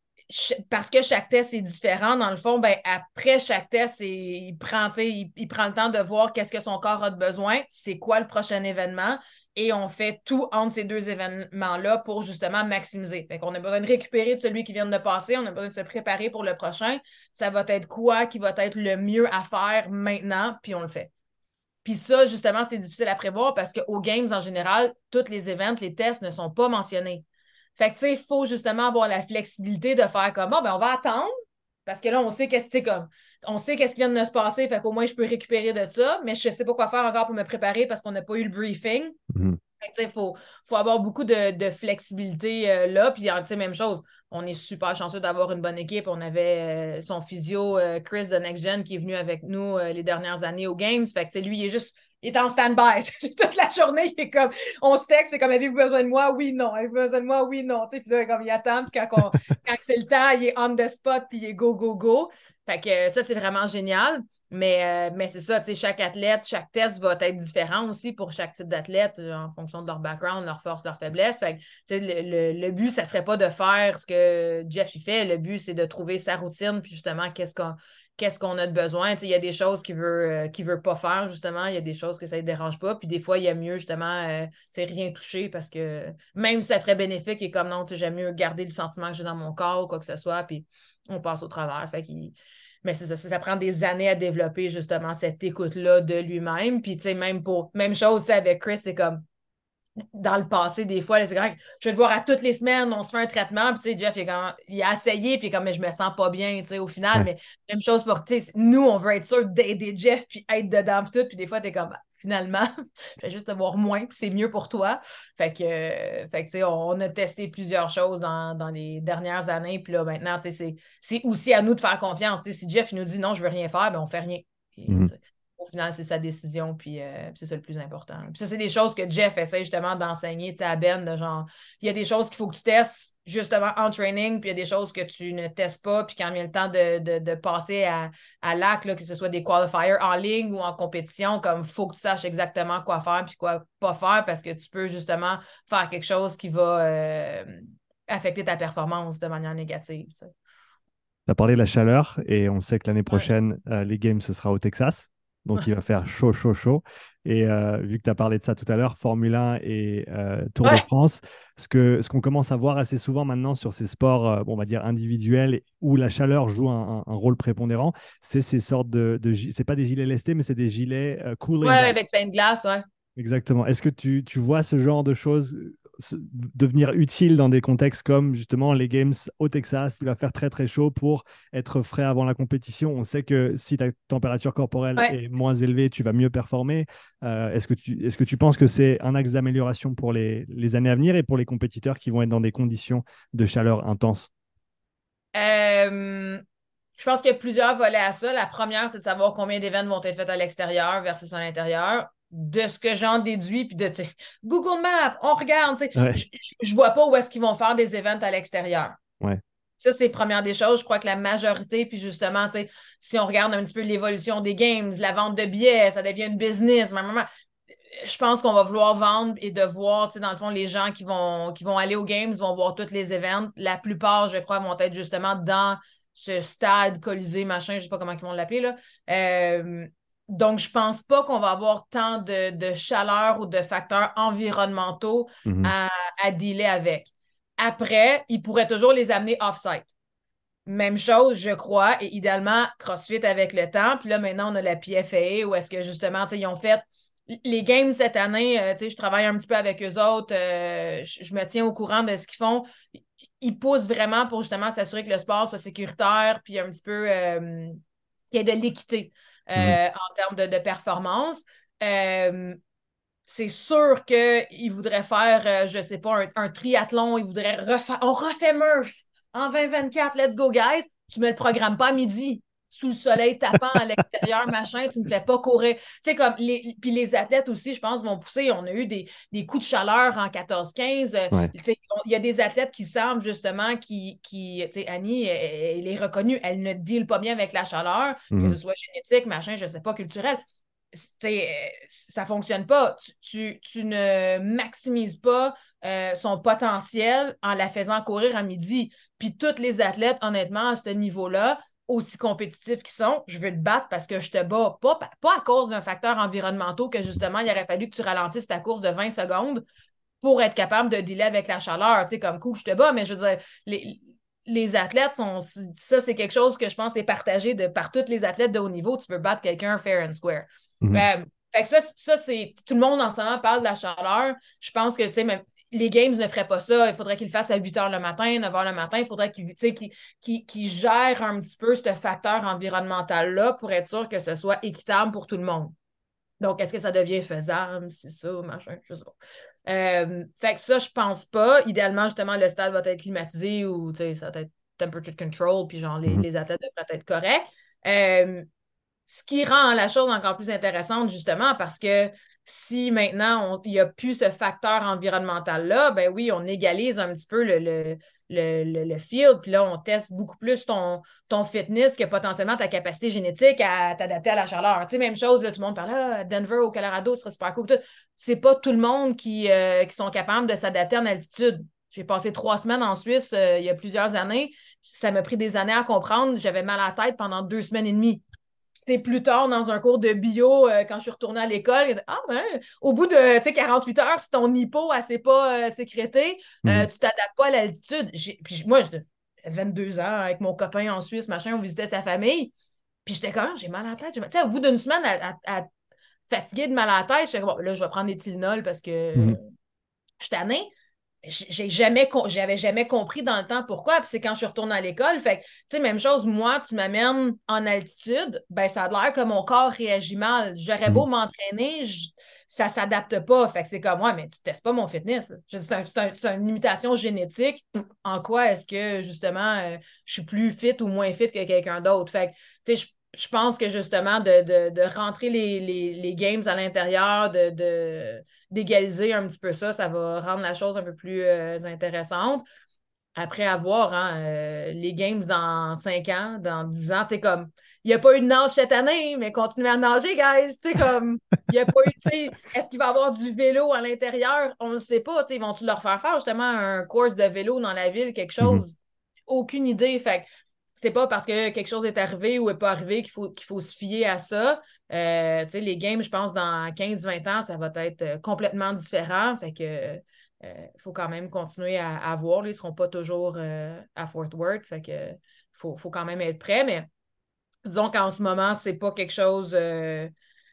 parce que chaque test est différent, dans le fond, ben, après chaque test, il prend, il, il prend le temps de voir qu'est-ce que son corps a de besoin, c'est quoi le prochain événement, et on fait tout entre ces deux événements-là pour justement maximiser. Fait qu'on a besoin de récupérer de celui qui vient de passer, on a besoin de se préparer pour le prochain. Ça va être quoi qui va être le mieux à faire maintenant, puis on le fait. Puis ça, justement, c'est difficile à prévoir parce qu'aux Games, en général, tous les événements, les tests ne sont pas mentionnés. Fait que, tu sais, il faut justement avoir la flexibilité de faire comme, bon, ben, on va attendre parce que là, on sait qu'est-ce que comme, on sait qu'est-ce qui vient de se passer, fait qu'au moins, je peux récupérer de ça, mais je ne sais pas quoi faire encore pour me préparer parce qu'on n'a pas eu le briefing. Mhm. Il faut, faut avoir beaucoup de, de flexibilité euh, là. Puis, tu sais, même chose, on est super chanceux d'avoir une bonne équipe. On avait euh, son physio, euh, Chris de Next Gen, qui est venu avec nous euh, les dernières années aux Games. Fait que, lui, il est juste, il est en stand-by. Toute la journée, il est comme, on se texte, c'est comme, avez-vous besoin de moi? Oui, non. Avez-vous besoin de moi? Oui, non. Puis là, comme il attend, puis quand, on, quand c'est le temps, il est on the spot, puis il est go, go, go. Fait que euh, ça, c'est vraiment génial. Mais, euh, mais c'est ça, tu sais, chaque athlète, chaque test va être différent aussi pour chaque type d'athlète euh, en fonction de leur background, leur force, leur faiblesse. Fait que, tu sais, le, le, le but, ça serait pas de faire ce que Jeff il fait. Le but, c'est de trouver sa routine, puis justement, qu'est-ce qu'on qu'est-ce qu'on a de besoin. Tu sais, il y a des choses qu'il veut, euh, qu'il veut pas faire, justement. Il y a des choses que ça ne dérange pas. Puis des fois, il y a mieux, justement, euh, tu sais, rien toucher parce que même si ça serait bénéfique, il est comme non, tu sais, j'aime mieux garder le sentiment que j'ai dans mon corps ou quoi que ce soit, puis on passe au travers. Fait qu'il mais c'est ça, ça, ça prend des années à développer justement cette écoute-là de lui-même. Puis, tu sais, même pour, même chose avec Chris, c'est comme, dans le passé, des fois, là, c'est correct. Je vais te voir à toutes les semaines, on se fait un traitement, puis tu sais, Jeff, il, est comme, il a essayé, puis comme, mais je me sens pas bien, tu sais, au final, Ouais. mais même chose pour, tu sais, nous, on veut être sûr d'aider Jeff, puis être dedans, puis tout, puis des fois, t'es comme, bah, finalement, je vais juste te voir moins, puis c'est mieux pour toi. Fait que, euh, fait que tu sais, on, on a testé plusieurs choses dans, dans les dernières années, puis là, maintenant, tu sais, c'est, c'est aussi à nous de faire confiance. Tu sais, si Jeff, il nous dit non, je veux rien faire, ben on fait rien. Puis, Mhm. au final, c'est sa décision, puis, euh, puis c'est ça le plus important. Puis ça, c'est des choses que Jeff essaie justement d'enseigner à Ben, de genre, il y a des choses qu'il faut que tu testes justement en training, puis il y a des choses que tu ne testes pas, puis quand vient le temps de, de, de passer à, à l'acte, là, que ce soit des qualifiers en ligne ou en compétition, comme il faut que tu saches exactement quoi faire, puis quoi pas faire, parce que tu peux justement faire quelque chose qui va euh, affecter ta performance de manière négative. Tu sais. Tu as parlé de la chaleur et on sait que l'année Ouais. prochaine, euh, les Games, ce sera au Texas. Donc, il va faire chaud, chaud, chaud. Et euh, vu que tu as parlé de ça tout à l'heure, Formule un et euh, Tour de Ouais. France, ce que, ce qu'on commence à voir assez souvent maintenant sur ces sports, euh, bon, on va dire individuels, où la chaleur joue un, un- un rôle prépondérant, c'est ces sortes de, de gi- c'est pas des gilets lestés, mais c'est des gilets euh, Ouais, cooling avec vests. plein de glace, ouais. Exactement. Est-ce que tu, tu vois ce genre de choses euh, se- devenir utile dans des contextes comme justement les Games au Texas? Il va faire très très chaud pour être frais avant la compétition. On sait que si ta température corporelle Ouais. est moins élevée, tu vas mieux performer. Euh, est-ce que tu, est-ce que tu penses que c'est un axe d'amélioration pour les, les années à venir et pour les compétiteurs qui vont être dans des conditions de chaleur intense? Euh, je pense qu'il y a plusieurs volets à ça. La première, c'est de savoir combien d'événements vont être faits à l'extérieur versus à l'intérieur. De ce que j'en déduis, puis de tu sais, Google Maps, on regarde, tu sais, Ouais, je je vois pas où est-ce qu'ils vont faire des événements à l'extérieur. ouais. Ça, c'est première des choses. Je crois que la majorité, puis justement, tu sais, si on regarde un petit peu l'évolution des games, la vente de billets, ça devient une business. Maman, je pense qu'on va vouloir vendre et de voir, tu sais, dans le fond, les gens qui vont, qui vont aller aux games vont voir tous les événements. La plupart, je crois, vont être justement dans ce stade, Colisée, machin, je sais pas comment ils vont l'appeler, là. Euh, donc, je pense pas qu'on va avoir tant de, de chaleur ou de facteurs environnementaux Mhm, à, à dealer avec. Après, ils pourraient toujours les amener off-site. Même chose, je crois, et idéalement, CrossFit avec le temps. Puis là, maintenant, on a la P F A où est-ce que justement, tu sais, ils ont fait les games cette année, euh, tu sais, je travaille un petit peu avec eux autres, euh, je, je me tiens au courant de ce qu'ils font. Ils poussent vraiment pour justement s'assurer que le sport soit sécuritaire, puis un petit peu euh, qu'il y ait de l'équité mhm, euh, en termes de, de performance. Euh, c'est sûr qu'ils voudraient faire, euh, je sais pas, un, un triathlon, ils voudraient refaire, on refait Murph en vingt vingt-quatre, let's go guys. Tu me le programmes pas à midi, sous le soleil tapant à l'extérieur, machin, tu me fais pas courir. Tu sais, comme, les, puis les athlètes aussi, je pense, vont pousser. On a eu des, des coups de chaleur en quatorze quinze. Euh, ouais. tu sais, il y a des athlètes qui semblent justement, qui, qui tu sais, Annie, elle, elle est reconnue, elle ne deal pas bien avec la chaleur, que ce Mhm, soit génétique, machin, je sais pas, culturel. T'sais, ça fonctionne pas. Tu, tu, tu ne maximises pas euh, son potentiel en la faisant courir à midi. Puis tous les athlètes, honnêtement, à ce niveau-là, aussi compétitifs qu'ils sont, je veux te battre parce que je te bats, pas, pas à cause d'un facteur environnemental que justement, il aurait fallu que tu ralentisses ta course de vingt secondes pour être capable de dealer avec la chaleur. Tu sais, comme cool, je te bats, mais je veux dire, les, les athlètes sont. Ça, c'est quelque chose que je pense est partagé de, par tous les athlètes de haut niveau. Tu veux battre quelqu'un fair and square. mhm. Euh, fait que ça, ça c'est. Tout le monde en ce moment parle de la chaleur. Je pense que, tu sais, même les Games ne feraient pas ça. Il faudrait qu'ils le fassent à huit heures le matin, neuf heures le matin. Il faudrait qu'ils qu qu qu gèrent un petit peu ce facteur environnemental-là pour être sûr que ce soit équitable pour tout le monde. Donc, est-ce que ça devient faisable? C'est ça, machin, je sais pas. Euh, fait que ça, je pense pas. Idéalement, justement, le stade va être climatisé ou ça va être temperature control, puis genre les, Mhm. les athlètes devraient être corrects. Euh, ce qui rend la chose encore plus intéressante, justement, parce que si maintenant il n'y a plus ce facteur environnemental-là, ben oui, on égalise un petit peu le, le, le, le, le field, puis là, on teste beaucoup plus ton, ton fitness que potentiellement ta capacité génétique à t'adapter à la chaleur. Tu sais, même chose, là, tout le monde parle, ah, Denver au Colorado, ce serait super cool. C'est pas tout le monde qui, euh, qui sont capables de s'adapter en altitude. J'ai passé trois semaines en Suisse euh, il y a plusieurs années. Ça m'a pris des années à comprendre. J'avais mal à la tête pendant deux semaines et demie. C'est plus tard dans un cours de bio, euh, quand je suis retournée à l'école, ah ben, au bout de quarante-huit heures, si ton hypo ne s'est pas euh, sécrété, euh, Mhm. tu t'adaptes pas à l'altitude. Puis moi, j'avais vingt-deux ans avec mon copain en Suisse, machin, on visitait sa famille. Puis j'étais comme, j'ai mal à la tête. Tu sais, au bout d'une semaine, à, à, à fatiguée de mal à la tête, j'étais comme, bon, là, je vais prendre des Tylenol parce que Mhm. je suis tannée. J'ai jamais, j'avais jamais compris dans le temps pourquoi, puis c'est quand je suis retournée à l'école. Fait que, tu sais, même chose, moi, tu m'amènes en altitude, ben ça a l'air que mon corps réagit mal. J'aurais beau Mhm. m'entraîner, je, ça s'adapte pas. Fait que c'est comme, ouais, mais tu testes pas mon fitness. C'est un, un, un, une limitation génétique. En quoi est-ce que, justement, euh, je suis plus fit ou moins fit que quelqu'un d'autre? Fait que, tu sais, je je pense que justement, de, de, de rentrer les, les, les games à l'intérieur, de, de, d'égaliser un petit peu ça, ça va rendre la chose un peu plus euh, intéressante. Après avoir hein, euh, les games dans cinq ans, dans dix ans, tu sais, comme, il n'y a pas eu de nage cette année, mais continuez à nager, guys, tu sais, comme, il n'y a pas eu, tu sais, est-ce qu'il va y avoir du vélo à l'intérieur? On ne le sait pas, tu sais, vont-tu leur faire faire justement un course de vélo dans la ville, quelque Mhm. chose? Aucune idée, fait que c'est pas parce que quelque chose est arrivé ou n'est pas arrivé qu'il faut, qu'il faut se fier à ça. Euh, tu sais, les games, je pense, dans quinze vingt ans, ça va être euh, complètement différent. Fait que il euh, faut quand même continuer à, à voir. Là, ils ne seront pas toujours euh, à Fort Worth. Fait que faut, faut quand même être prêt. Mais disons qu'en ce moment, c'est pas quelque chose euh,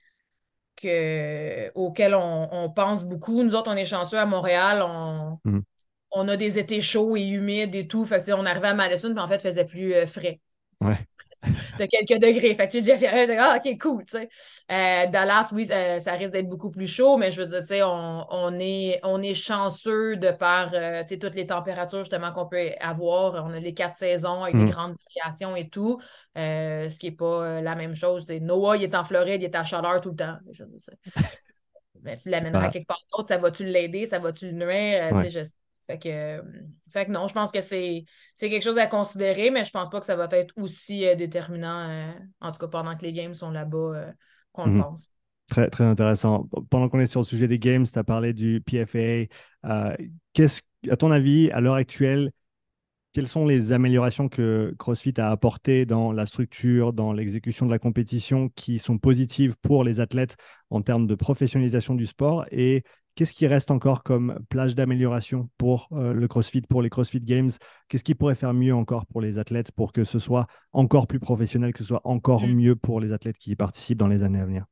que, auquel on, on pense beaucoup. Nous autres, on est chanceux à Montréal. On, Mhm. on a des étés chauds et humides et tout. Fait que, on arrivait à Madison, puis en fait, il faisait plus euh, frais. Ouais. De quelques degrés. Fait que tu sais, Jeff, il ah, ok, cool, tu sais. Euh, Dallas, oui, euh, ça risque d'être beaucoup plus chaud, mais je veux dire, tu sais, on, on, est, on est chanceux de par, euh, tu sais, toutes les températures, justement, qu'on peut avoir. On a les quatre saisons avec des Mhm. grandes variations et tout, euh, ce qui n'est pas euh, la même chose. T'sais, Noah, il est en Floride, il est à chaleur tout le temps. Je veux dire, ben, tu C'est l'amèneras pas. quelque part d'autre, ça va-tu l'aider, ça va-tu le nuire? Euh, Ouais. tu sais, je fait que, euh, fait que non, je pense que c'est, c'est quelque chose à considérer, mais je pense pas que ça va être aussi euh, déterminant, euh, en tout cas pendant que les games sont là-bas, euh, qu'on le Mhm. pense. Très, très intéressant. Pendant qu'on est sur le sujet des games, tu as parlé du P F A. Euh, qu'est-ce, à ton avis, à l'heure actuelle, quelles sont les améliorations que CrossFit a apportées dans la structure, dans l'exécution de la compétition qui sont positives pour les athlètes en termes de professionnalisation du sport? Et qu'est-ce qui reste encore comme plage d'amélioration pour euh, le CrossFit, pour les CrossFit Games? Qu'est-ce qui pourrait faire mieux encore pour les athlètes pour que ce soit encore plus professionnel, que ce soit encore Mm. mieux pour les athlètes qui y participent dans les années à venir?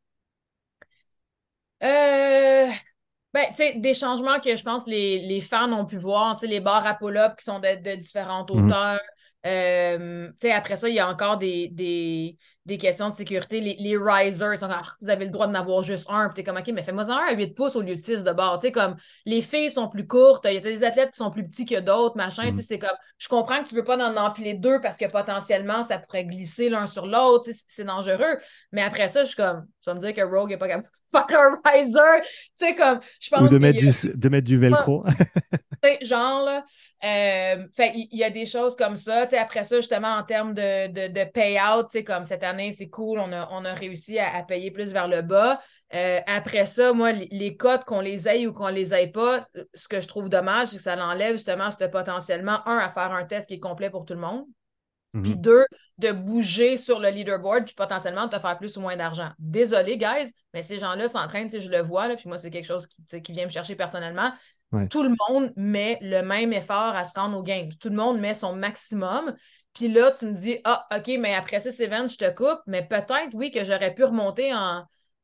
Euh, Ben, tu sais, des changements que je pense les, les fans ont pu voir, tu sais, les barres à pull-up qui sont de, de différentes Mhm. hauteurs. Euh, tu sais, après ça, il y a encore des, des, des questions de sécurité. Les, les risers, ils sont comme, ah, vous avez le droit d'en avoir juste un. Puis t'es comme, OK, mais fais-moi un à huit pouces au lieu de six de bord. Tu sais, comme, les filles sont plus courtes, il y a des athlètes qui sont plus petits que d'autres, machin. Tu sais, Mhm. c'est comme, je comprends que tu veux pas en empiler deux parce que potentiellement, ça pourrait glisser l'un sur l'autre. Tu sais, c'est dangereux. Mais après ça, je suis comme, tu vas me dire que Rogue n'est pas capable de faire un riser. Tu sais, comme, je Ou de pense qu'il mettre y du, de mettre du a velcro. genre, là, euh, fait, il y, y a des choses comme ça. Tu sais, après ça, justement, en termes de, de, de payout, tu sais, comme cette année, c'est cool, on a, on a réussi à, à payer plus vers le bas. Euh, après ça, moi, les, les cotes, qu'on les aille ou qu'on les aille pas, ce que je trouve dommage, c'est que ça l'enlève justement ce potentiellement, un, à faire un test qui est complet pour tout le monde. Puis Mhm. deux, de bouger sur le leaderboard, puis potentiellement te faire plus ou moins d'argent. Désolé, guys, mais ces gens-là s'entraînent, je le vois, là, puis moi, c'est quelque chose qui, qui vient me chercher personnellement. Ouais. Tout le monde met le même effort à se rendre aux games. Tout le monde met son maximum. Puis là, tu me dis, ah, OK, mais après six events, je te coupe, mais peut-être, oui, que j'aurais pu remonter en,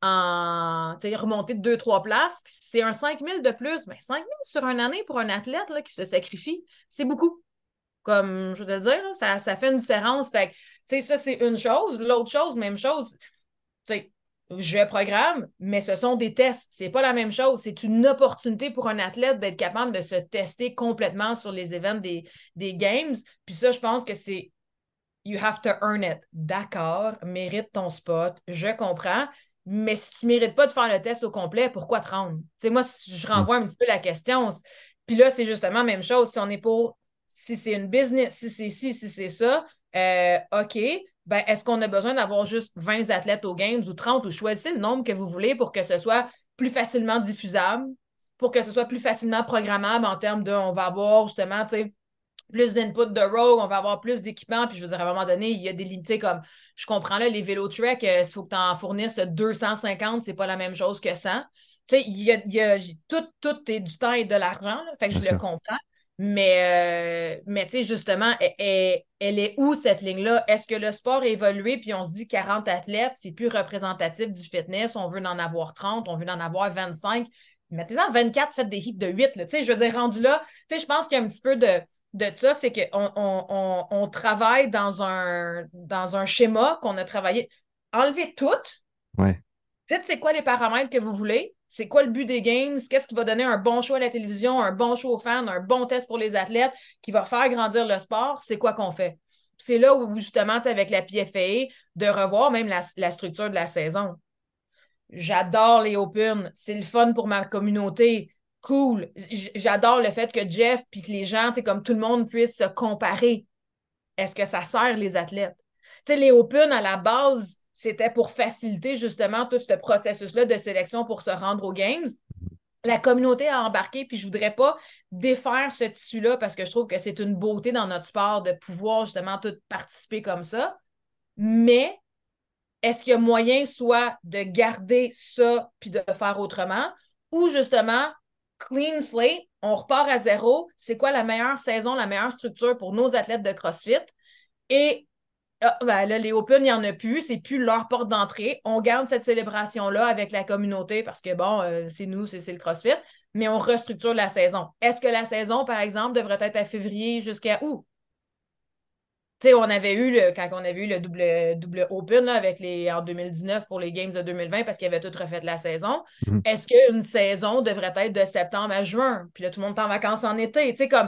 en tu sais, remonter de deux, trois places. Puis c'est un cinq mille de plus. Mais cinq mille sur une année pour un athlète là, qui se sacrifie, c'est beaucoup. Comme je veux te dire, là, ça, ça fait une différence. Fait que, tu sais, ça, c'est une chose. L'autre chose, même chose, tu sais, je programme, mais ce sont des tests. C'est pas la même chose. C'est une opportunité pour un athlète d'être capable de se tester complètement sur les événements des, des games. Puis ça, je pense que c'est you have to earn it. D'accord, mérite ton spot, je comprends. Mais si tu ne mérites pas de faire le test au complet, pourquoi te rendre? Tu sais, moi, je Mhm. renvoie un petit peu la question. Puis là, c'est justement la même chose. Si on est pour, si c'est une business, si c'est ci, si c'est ça, euh, OK, ben, est-ce qu'on a besoin d'avoir juste vingt athlètes aux Games ou trente ou choisissez le nombre que vous voulez pour que ce soit plus facilement diffusable, pour que ce soit plus facilement programmable en termes de, on va avoir justement, tu sais, plus d'input de rogue, on va avoir plus d'équipements, puis je veux dire, à un moment donné, il y a des limités comme, je comprends là, les vélos trek, euh, il faut que tu en fournisses deux cent cinquante, c'est pas la même chose que cent. Tu sais, il y a, il y a tout, tout est du temps et de l'argent, là, fait que Bien je le sûr. comprends. Mais, euh, mais tu sais, justement, elle, elle, elle est où cette ligne-là? Est-ce que le sport a évolué, puis on se dit quarante athlètes, c'est plus représentatif du fitness, on veut en avoir trente, on veut en avoir vingt-cinq? mettez-en vingt-quatre, faites des hits de huit. Là. Je veux dire, rendu là, je pense qu'il y a un petit peu de, de ça, c'est qu'on on, on, on travaille dans un, dans un schéma qu'on a travaillé. Enlevez tout. Ouais. Dites c'est quoi les paramètres que vous voulez. C'est quoi le but des games? Qu'est-ce qui va donner un bon show à la télévision, un bon show aux fans, un bon test pour les athlètes qui va faire grandir le sport? C'est quoi qu'on fait? C'est là où, justement, avec la P F A, de revoir même la, la structure de la saison. J'adore les Open. C'est le fun pour ma communauté. Cool. J'adore le fait que Jeff puis que les gens, comme tout le monde, puissent se comparer. Est-ce que ça sert les athlètes? T'sais, les Open, à la base, c'était pour faciliter justement tout ce processus-là de sélection pour se rendre aux Games. La communauté a embarqué, puis je voudrais pas défaire ce tissu-là parce que je trouve que c'est une beauté dans notre sport de pouvoir justement tout participer comme ça. Mais est-ce qu'il y a moyen soit de garder ça puis de faire autrement ou justement clean slate, on repart à zéro, c'est quoi la meilleure saison, la meilleure structure pour nos athlètes de CrossFit et ah, ben là, les Open, il n'y en a plus, c'est plus leur porte d'entrée. On garde cette célébration-là avec la communauté parce que bon, euh, c'est nous, c'est le CrossFit, mais on restructure la saison. Est-ce que la saison, par exemple, devrait être à février jusqu'à août? Tu sais, on avait eu, le, quand on avait eu le double, double Open là, avec les, en deux mille dix-neuf pour les Games de deux mille vingt parce qu'ils avaient tout refait la saison, Mm-hmm. est-ce qu'une saison devrait être de septembre à juin? Puis là, tout le monde est en vacances en été. Tu sais, comme,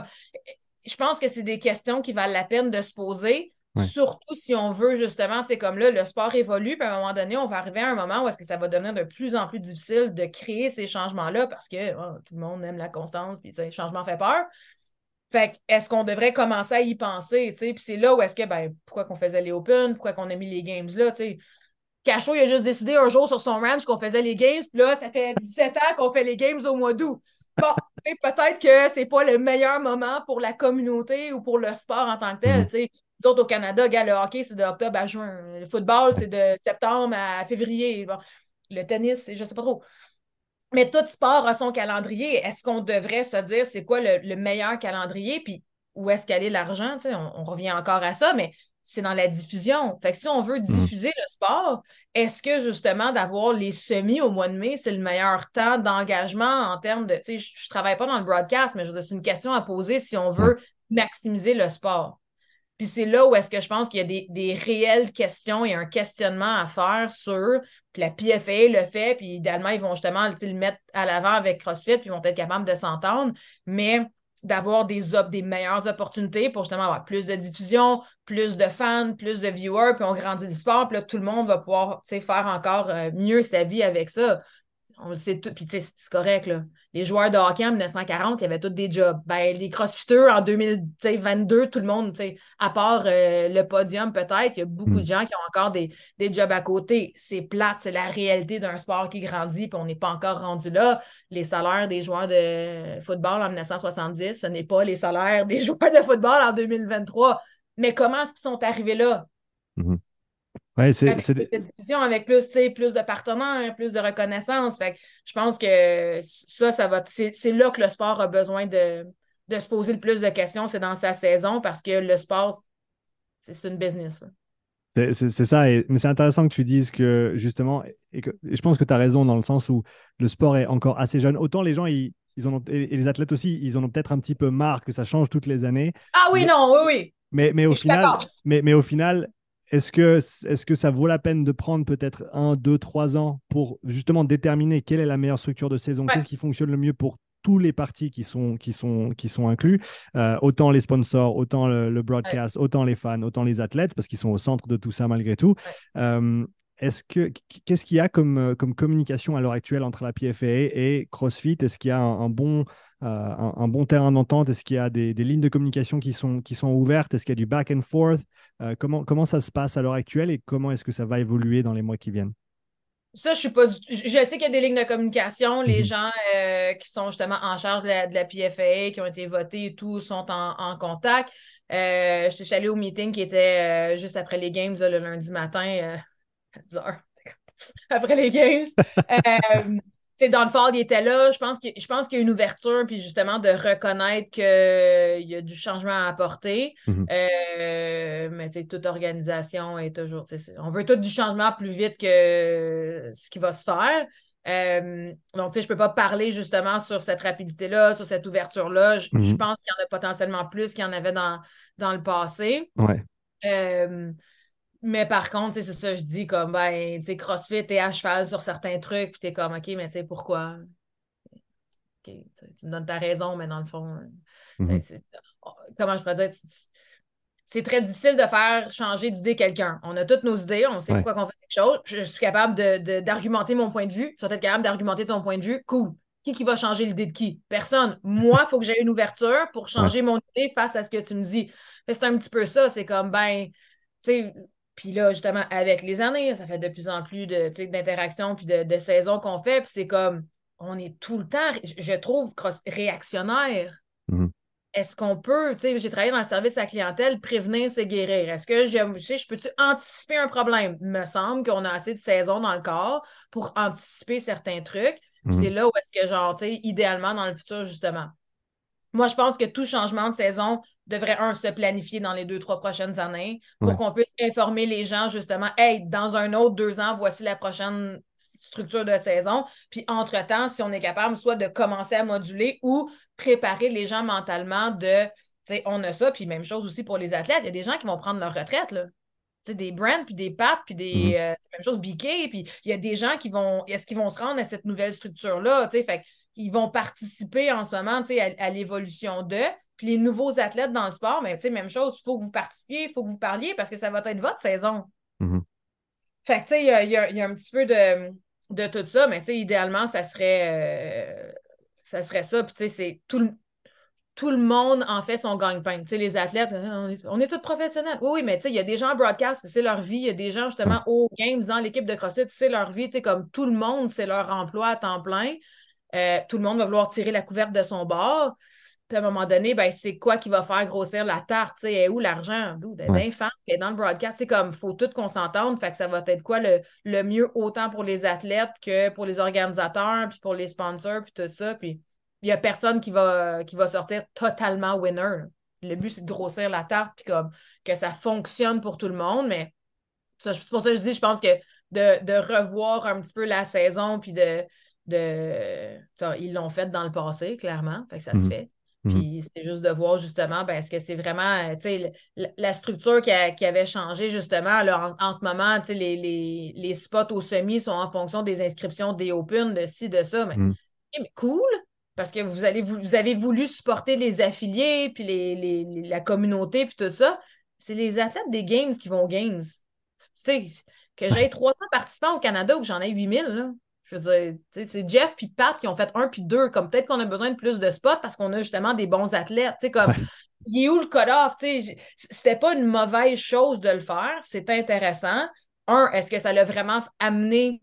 je pense que c'est des questions qui valent la peine de se poser. Ouais. Surtout si on veut justement, tu sais, comme là, le sport évolue, puis à un moment donné, on va arriver à un moment où est-ce que ça va devenir de plus en plus difficile de créer ces changements-là parce que oh, tout le monde aime la constance, puis tu sais, le changement fait peur. Fait que, est-ce qu'on devrait commencer à y penser, tu sais, puis c'est là où est-ce que, ben, pourquoi qu'on faisait les Open, pourquoi qu'on a mis les Games là, tu sais. Cachot, il a juste décidé un jour sur son ranch qu'on faisait les Games, puis là, ça fait dix-sept ans qu'on fait les Games au mois d'août. Bon, peut-être que c'est pas le meilleur moment pour la communauté ou pour le sport en tant que tel, Mm-hmm. tu sais. Nous autres, au Canada, gars, le hockey, c'est de octobre à juin. Le football, c'est de septembre à février. Bon, le tennis, je sais pas trop. Mais tout sport a son calendrier. Est-ce qu'on devrait se dire c'est quoi le, le meilleur calendrier? Puis où est-ce qu'elle est l'argent? On, on revient encore à ça, mais c'est dans la diffusion. Fait que si on veut Mm-hmm. diffuser le sport, est-ce que justement d'avoir les semis au mois de mai, c'est le meilleur temps d'engagement en termes de. Tu sais, je ne travaille pas dans le broadcast, mais c'est une question à poser si on veut maximiser le sport. Puis c'est là où est-ce que je pense qu'il y a des, des réelles questions et un questionnement à faire sur, puis la P F A le fait, puis idéalement, ils vont justement le mettre à l'avant avec CrossFit, puis ils vont être capables de s'entendre, mais d'avoir des, op- des meilleures opportunités pour justement avoir plus de diffusion, plus de fans, plus de viewers, puis on grandit le sport, puis là, tout le monde va pouvoir faire encore euh, mieux sa vie avec ça. On le sait tout. Puis, tu sais, c'est correct, là. Les joueurs de hockey en mille neuf cent quarante, il y avait tous des jobs. Ben, les crossfitters en deux mille vingt-deux, tout le monde, tu sais, à part euh, le podium, peut-être, il y a beaucoup Mm-hmm. de gens qui ont encore des, des jobs à côté. C'est plate, c'est la réalité d'un sport qui grandit, puis on n'est pas encore rendu là. Les salaires des joueurs de football en mille neuf cent soixante-dix, ce n'est pas les salaires des joueurs de football en deux mille vingt-trois. Mais comment est-ce qu'ils sont arrivés là? Mm-hmm. Ouais, c'est, Avec c'est... plus de diffusion, avec plus, plus de partenaires, plus de reconnaissance. Fait que je pense que ça, ça va. C'est, c'est là que le sport a besoin de, de se poser le plus de questions, c'est dans sa saison, parce que le sport, c'est, c'est une business. C'est, c'est, c'est ça, et, mais c'est intéressant que tu dises que justement, et, que, et je pense que tu as raison dans le sens où le sport est encore assez jeune. Autant les gens, ils, ils en ont, et, et les athlètes aussi, ils en ont peut-être un petit peu marre que ça change toutes les années. Ah oui, Mais, non, oui, oui. mais, mais au Je suis final, d'accord. mais, mais au final, est-ce que, est-ce que ça vaut la peine de prendre peut-être un, deux, trois ans pour justement déterminer quelle est la meilleure structure de saison, Ouais. qu'est-ce qui fonctionne le mieux pour tous les parties qui sont, qui sont, qui sont inclus, euh, autant les sponsors, autant le, le broadcast, Ouais. autant les fans, autant les athlètes, parce qu'ils sont au centre de tout ça malgré tout. Ouais. Euh, est-ce que, qu'est-ce qu'il y a comme, comme communication à l'heure actuelle entre la P F A et CrossFit? Est-ce qu'il y a un, un bon, euh, un, un bon terrain d'entente? Est-ce qu'il y a des, des lignes de communication qui sont, qui sont ouvertes? Est-ce qu'il y a du back and forth? Euh, comment, comment ça se passe à l'heure actuelle et comment est-ce que ça va évoluer dans les mois qui viennent? Ça, je suis pas du tout. Je sais qu'il y a des lignes de communication. Les Mhm. gens euh, qui sont justement en charge de la, de la P F A, qui ont été votés et tout, sont en, en contact. Euh, je suis allée au meeting qui était euh, juste après les games là, le lundi matin euh, à dix heures. Après les games. Euh, dans le fond, il était là. Je pense, que, je pense qu'il y a une ouverture, puis justement de reconnaître qu'il y a du changement à apporter. Mhm. Euh, mais c'est toute organisation est toujours. On veut tout du changement plus vite que ce qui va se faire. Euh, donc, tu sais, je peux pas parler justement sur cette rapidité-là, sur cette ouverture-là. Je, je Mhm. pense qu'il y en a potentiellement plus qu'il y en avait dans, dans le passé. Ouais, Euh, mais par contre, tu sais, c'est ça, je dis comme, ben, tu sais, CrossFit, t'es à cheval sur certains trucs, puis t'es comme, OK, mais tu sais, pourquoi? OK, tu tu me donnes ta raison, mais dans le fond, euh, mhm. c'est- c'est- comment je pourrais dire? Tu- tu- C'est très difficile de faire changer d'idée quelqu'un. On a toutes nos idées, on sait Ouais, pourquoi on fait quelque chose. Je, je suis capable de, de- d'argumenter mon point de vue. Tu vas être capable d'argumenter ton point de vue. Cool. Qui qui va changer l'idée de qui? Personne. Moi, il faut que j'aie une ouverture pour ouais, changer mon idée face à ce que tu me dis. Fait que c'est un petit peu ça. C'est comme, ben, tu sais, puis là, justement, avec les années, ça fait de plus en plus de, tu sais, d'interactions puis de, de saisons qu'on fait. Puis c'est comme, on est tout le temps, je je trouve, cross- réactionnaire. mhm. Est-ce qu'on peut, tu sais, j'ai travaillé dans le service à la clientèle, prévenir, c'est guérir. Est-ce que je, tu sais, je peux-tu anticiper un problème? Il me semble qu'on a assez de saisons dans le corps pour anticiper certains trucs. Puis c'est Mhm. là où est-ce que, genre, tu sais, idéalement, dans le futur, justement. Moi, je pense que tout changement de saison devrait, un, se planifier dans les deux, trois prochaines années pour Ouais, qu'on puisse informer les gens, justement, hey, dans un autre deux ans, voici la prochaine structure de saison. Puis, entre-temps, si on est capable soit de commencer à moduler ou préparer les gens mentalement de, tu sais, on a ça. Puis, même chose aussi pour les athlètes. Il y a des gens qui vont prendre leur retraite, là. Tu sais, des brands, puis des pattes, puis des. mhm. Euh, même chose, B K, puis il y a des gens qui vont. Est-ce qu'ils vont se rendre à cette nouvelle structure-là? Tu sais, fait qu'ils vont participer en ce moment, tu sais, à, à l'évolution d'eux. Puis les nouveaux athlètes dans le sport, mais tu sais, même chose, il faut que vous participiez, il faut que vous parliez parce que ça va être votre saison. Mhm. Fait que, tu sais, il y a, il y a- il y a un petit peu de, de tout ça, mais tu sais, idéalement, ça serait, euh, ça serait ça. Puis, tu sais, c'est tout le, tout le monde en fait son gagne-pain. Tu sais, les athlètes, euh, on est, on est tous professionnels. Oui, oui, mais tu sais, il y a des gens en broadcast, c'est leur vie. Il y a des gens, Ouais, justement, aux Games, dans l'équipe de CrossFit, c'est leur vie. Tu sais, comme tout le monde, c'est leur emploi à temps plein. Euh, tout le monde va vouloir tirer la couverte de son bord. Puis à un moment donné, ben, c'est quoi qui va faire grossir la tarte? Tu sais, est où l'argent? D'où? Ben, ouais. ben, femme, qui est dans le broadcast. C'est comme, il faut tout qu'on s'entende. Fait que ça va être quoi le, le mieux autant pour les athlètes que pour les organisateurs, puis pour les sponsors, puis tout ça. Puis il n'y a personne qui va, qui va sortir totalement winner. Le but, c'est de grossir la tarte, puis comme que ça fonctionne pour tout le monde. Mais ça, c'est pour ça que je dis, je pense que de, de revoir un petit peu la saison, puis de, de ça, ils l'ont fait dans le passé, clairement. Fait que ça se Mhm. fait. Mhm. Puis c'est juste de voir justement, ben, est-ce que c'est vraiment, euh, tu sais, la, la structure qui, a- qui avait changé justement, là, en, en ce moment, tu sais, les, les, les spots au semi sont en fonction des inscriptions des Open, de ci, de ça. Mais, Mhm. eh, mais cool, parce que vous, allez, vous, vous avez voulu supporter les affiliés, puis les, les, les- la communauté, puis tout ça. C'est les athlètes des Games qui vont aux Games. Tu sais, que Ouais, j'ai trois cents participants au Canada ou que j'en ai huit mille, là. Je veux dire, tu sais, c'est Jeff puis Pat qui ont fait un puis deux. Comme peut-être qu'on a besoin de plus de spots parce qu'on a justement des bons athlètes. Tu sais, comme, ouais. il est où le cut-off? Tu sais, j- c'était pas une mauvaise chose de le faire. C'est intéressant. Un, est-ce que ça l'a vraiment amené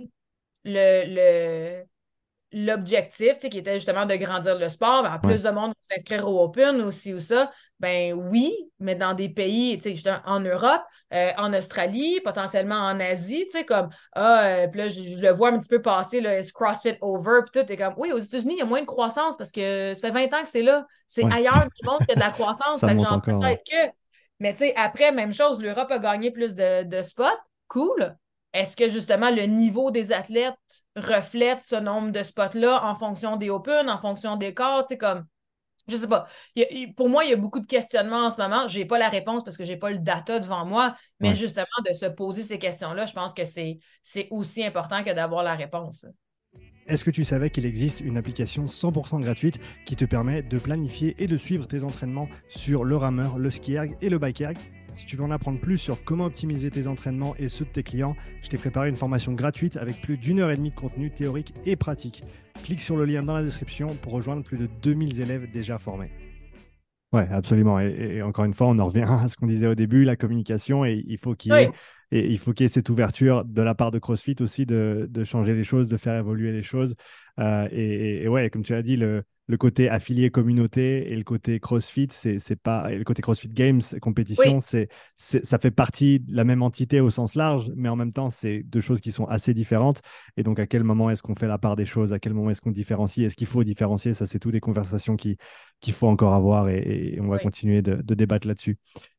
le, le, l'objectif, tu sais, qui était justement de grandir le sport, ben, Ouais. plus de monde s'inscrire au Open aussi ou ça, ben oui, mais dans des pays, tu sais, justement, en Europe, euh, en Australie, potentiellement en Asie, tu sais, comme, ah, euh, puis là, je, je le vois un petit peu passer, là, is CrossFit over, puis tout, t'es comme, oui, aux États-Unis, il y a moins de croissance parce que ça fait vingt ans que c'est là. C'est Ouais. ailleurs du monde qu'il y a de la croissance, Ça fait que monte genre, encore. Ouais. peut-être que, mais tu sais, après, même chose, l'Europe a gagné plus de, de spots, cool. Est-ce que justement le niveau des athlètes reflète ce nombre de spots-là en fonction des Open, en fonction des corps, tu sais, comme, je sais pas. Il y a- il- pour moi, il y a beaucoup de questionnements en ce moment. J'ai pas la réponse parce que j'ai pas le data devant moi, mais Ouais. justement, de se poser ces questions-là, je pense que c'est, c'est aussi important que d'avoir la réponse. Est-ce que tu savais qu'il existe une application cent pour cent gratuite qui te permet de planifier et de suivre tes entraînements sur le rameur, le ski erg et le bike erg? Si tu veux en apprendre plus sur comment optimiser tes entraînements et ceux de tes clients, je t'ai préparé une formation gratuite avec plus d'une heure et demie de contenu théorique et pratique. Clique sur le lien dans la description pour rejoindre plus de deux mille élèves déjà formés. Ouais, absolument. Et, et encore une fois, on en revient à ce qu'on disait au début, la communication, et il faut qu'il y ait, Oui, et il faut qu'il y ait cette ouverture de la part de CrossFit aussi de, de changer les choses, de faire évoluer les choses. Euh, et, et- et ouais, comme tu as dit, le, le côté affilié communauté et le côté CrossFit, c'est, c'est pas, et le côté CrossFit Games, compétition, oui, c'est, c'est, ça fait partie de la même entité au sens large, mais en même temps, c'est deux choses qui sont assez différentes. Et donc, à quel moment est-ce qu'on fait la part des choses? À quel moment est-ce qu'on différencie? Est-ce qu'il faut différencier? Ça, c'est tout des conversations qui qu'il faut encore avoir et, et on va oui. continuer de, de débattre là-dessus.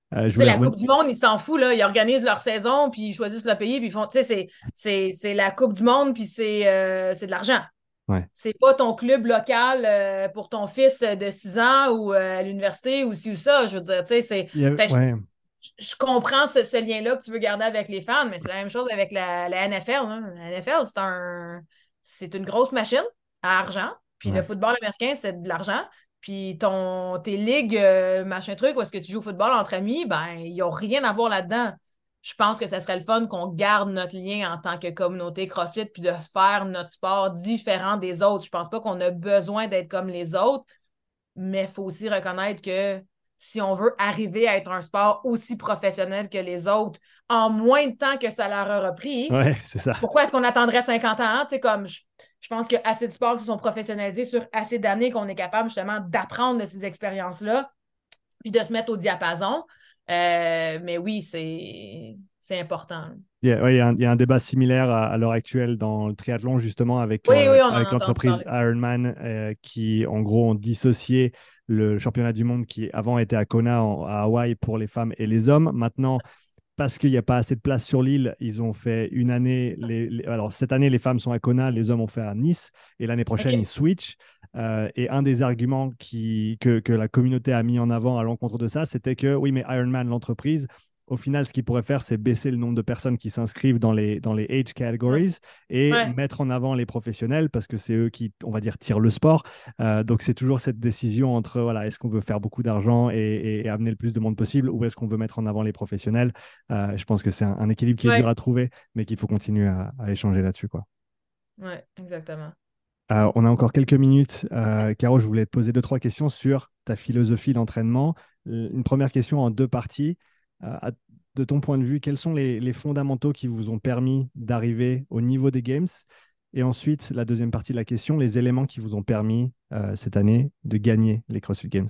Euh, je Tu sais, voulais la revenir. Coupe du Monde, ils s'en foutent, là. Ils organisent leur saison, puis ils choisissent le pays, puis ils font. Tu sais, c'est, c'est, c'est la Coupe du Monde, puis c'est euh, c'est de l'argent. Ouais. C'est pas ton club local euh, pour ton fils de six ans ou euh, à l'université ou ci ou ça. Je veux dire, tu sais, c'est. Il y a- Fait que ouais. je, je comprends ce, ce lien-là que tu veux garder avec les fans, mais c'est la même chose avec la, la N F L, hein. La N F L, c'est un. C'est une grosse machine à argent. Puis le Ouais. football américain, c'est de l'argent. Puis ton, tes ligues, euh, machin truc, où est-ce que tu joues au football entre amis, ben, ils n'ont rien à voir là-dedans. Je pense que ça serait le fun qu'on garde notre lien en tant que communauté CrossFit puis de faire notre sport différent des autres. Je pense pas qu'on a besoin d'être comme les autres, mais il faut aussi reconnaître que si on veut arriver à être un sport aussi professionnel que les autres en moins de temps que ça leur aura pris, Ouais, c'est ça. pourquoi est-ce qu'on attendrait cinquante ans? Hein? Tu sais, comme je, je pense qu'il y a assez de sports qui sont professionnalisés sur assez d'années qu'on est capable justement d'apprendre de ces expériences-là puis de se mettre au diapason. Euh, mais oui, c'est, c'est important. Il y a, ouais, il y a un, il y a un débat similaire à, à l'heure actuelle dans le triathlon, justement, avec, Oui, euh, oui, on en avec a entendu l'entreprise parler. Ironman, euh, qui, en gros, ont dissocié le championnat du monde qui, avant, était à Kona, en- à Hawaï, pour les femmes et les hommes. Maintenant, parce qu'il n'y a pas assez de place sur l'île, ils ont fait une année. Les, les- alors, cette année, les femmes sont à Kona, les hommes ont fait à Nice, et l'année prochaine, ils OK. switchent. Euh, et un des arguments qui, que, que la communauté a mis en avant à l'encontre de ça, c'était que, oui, mais Ironman, l'entreprise, au final, ce qu'ils pourraient faire, c'est baisser le nombre de personnes qui s'inscrivent dans les, dans les age Ouais. categories et Ouais. mettre en avant les professionnels parce que c'est eux qui, on va dire, tirent le sport. Euh, donc, c'est toujours cette décision entre, voilà, est-ce qu'on veut faire beaucoup d'argent et, et- et amener le plus de monde possible ou est-ce qu'on veut mettre en avant les professionnels? Euh, je pense que c'est un, un équilibre qui est dur Ouais. à trouver, mais qu'il faut continuer à, à échanger là-dessus, quoi. Ouais, exactement. Euh, on a encore quelques minutes. Euh, Caro, je voulais te poser deux, trois questions sur ta philosophie d'entraînement. Euh, Une première question en deux parties. Euh, à- de ton point de vue, quels sont les, les fondamentaux qui vous ont permis d'arriver au niveau des Games? Et ensuite, la deuxième partie de la question, les éléments qui vous ont permis euh, cette année de gagner les CrossFit Games.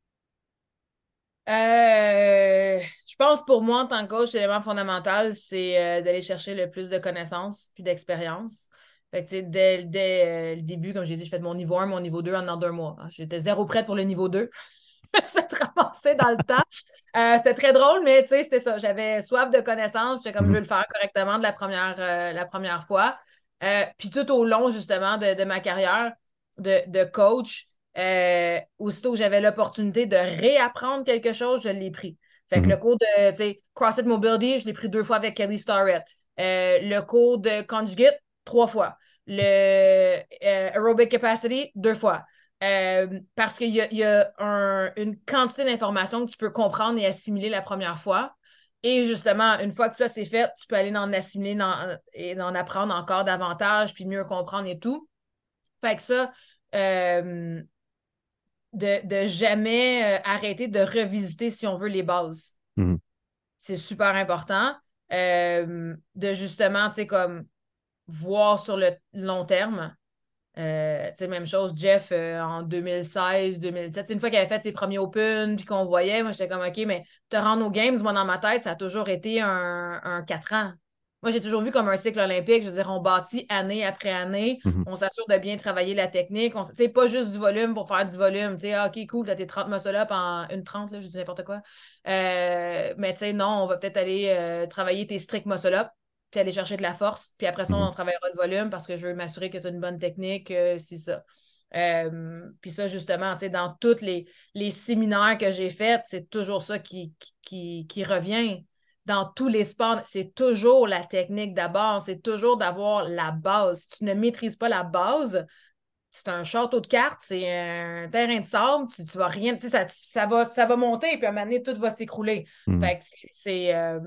Euh, je pense pour moi, en tant que coach, l'élément fondamental, c'est euh, d'aller chercher le plus de connaissances puis d'expérience. Fait que, tu sais, dès, dès euh, le début, comme j'ai dit, je fais de mon niveau un, mon niveau deux en dans deux mois. J'étais zéro prête pour le niveau deux. Je me suis fait ramasser dans le temps. Euh, c'était très drôle, mais tu sais, c'était ça. J'avais soif de connaissances. J'étais comme je Mhm, veux le faire correctement de la première, euh, la première fois. Euh, puis tout au long, justement, de, de ma carrière de, de coach, euh, aussitôt que j'avais l'opportunité de réapprendre quelque chose, je l'ai pris. Fait que mhm, le cours de, tu sais, CrossFit Mobility, je l'ai pris deux fois avec Kelly Starrett. Euh, le cours de Conjugate, trois fois. Le euh, Aerobic Capacity, deux fois. Euh, parce qu'il y a, il y a un- une quantité d'informations que tu peux comprendre et assimiler la première fois. Et justement, une fois que ça c'est fait, tu peux aller en assimiler dans- et en apprendre encore davantage, puis mieux comprendre et tout. Fait que ça, euh, de, de jamais euh, arrêter de revisiter, si on veut, les bases. mhm, C'est super important. Euh, de justement, tu sais, comme voir sur le long terme. Euh, tu sais, même chose, Jeff, euh, en deux mille seize, deux mille dix-sept, une fois qu'il avait fait ses premiers Open, puis qu'on voyait, moi, j'étais comme, OK, mais te rendre aux Games, moi, dans ma tête, ça a toujours été un, un quatre ans. Moi, j'ai toujours vu comme un cycle olympique. Je veux dire, on bâtit année après année, mhm, on s'assure de bien travailler la technique. On, tu sais, pas juste du volume pour faire du volume. Tu sais, ah, OK, cool, t'as tes trente muscle-up en une trente, là, je dis n'importe quoi. Euh, mais tu sais, non, on va peut-être aller euh, travailler tes strict muscle-up puis aller chercher de la force. Puis après ça, mhm, on travaillera le volume parce que je veux m'assurer que tu as une bonne technique. Euh, c'est ça. Euh, puis ça, justement, tu sais, dans tous les, les séminaires que j'ai faits, c'est toujours ça qui, qui, qui revient. Dans tous les sports, c'est toujours la technique d'abord, c'est toujours d'avoir la base. Si tu ne maîtrises pas la base, c'est un château de cartes, c'est un terrain de sable, tu, tu vas rien, tu sais, ça, ça va, ça va monter, puis à un moment donné, tout va s'écrouler. mhm, Fait que c'est, c'est, euh,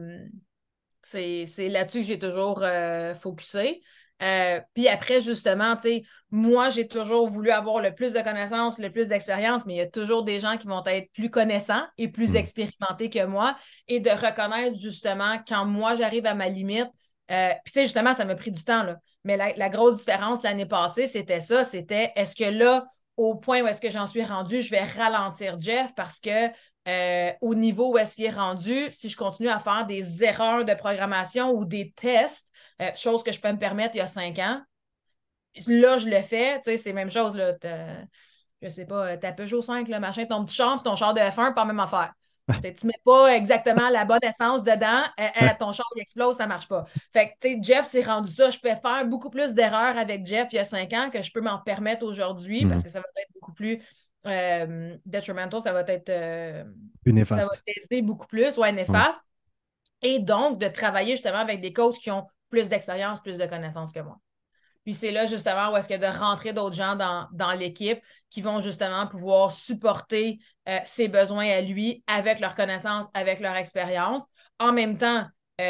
c'est, c'est là-dessus que j'ai toujours euh, focusé. Euh, puis après, justement, tu sais, moi, j'ai toujours voulu avoir le plus de connaissances, le plus d'expérience, mais il y a toujours des gens qui vont être plus connaissants et plus mhm, expérimentés que moi et de reconnaître justement quand moi, j'arrive à ma limite. Euh, puis tu sais, justement, ça m'a pris du temps, là. Mais la, la grosse différence l'année passée, c'était ça, c'était est-ce que là, au point où est-ce que j'en suis rendu, je vais ralentir Jeff parce que euh, au niveau où est-ce qu'il est rendu, si je continue à faire des erreurs de programmation ou des tests, euh, chose que je peux me permettre il y a cinq ans, là, je le fais. Tu sais, c'est la même chose. Là, je sais pas, ta Peugeot cinq, là, machin, ton petit char, ton char de F un, pas la même affaire. Tu ne mets pas exactement la bonne essence dedans, euh, euh, ton char il explose, ça ne marche pas. Fait que, tu sais, Jeff s'est rendu ça. Je peux faire beaucoup plus d'erreurs avec Jeff il y a cinq ans que je peux m'en permettre aujourd'hui parce Mhm. que ça va être beaucoup plus euh, detrimental, ça va être. Euh, Plus ça va néfaste. tester beaucoup plus, ouais, Ouais. néfaste. Et donc, de travailler justement avec des coachs qui ont plus d'expérience, plus de connaissances que moi. Puis c'est là justement où est-ce que de rentrer d'autres gens dans, dans l'équipe qui vont justement pouvoir supporter euh, ses besoins à lui avec leur connaissance, avec leur expérience. En même temps,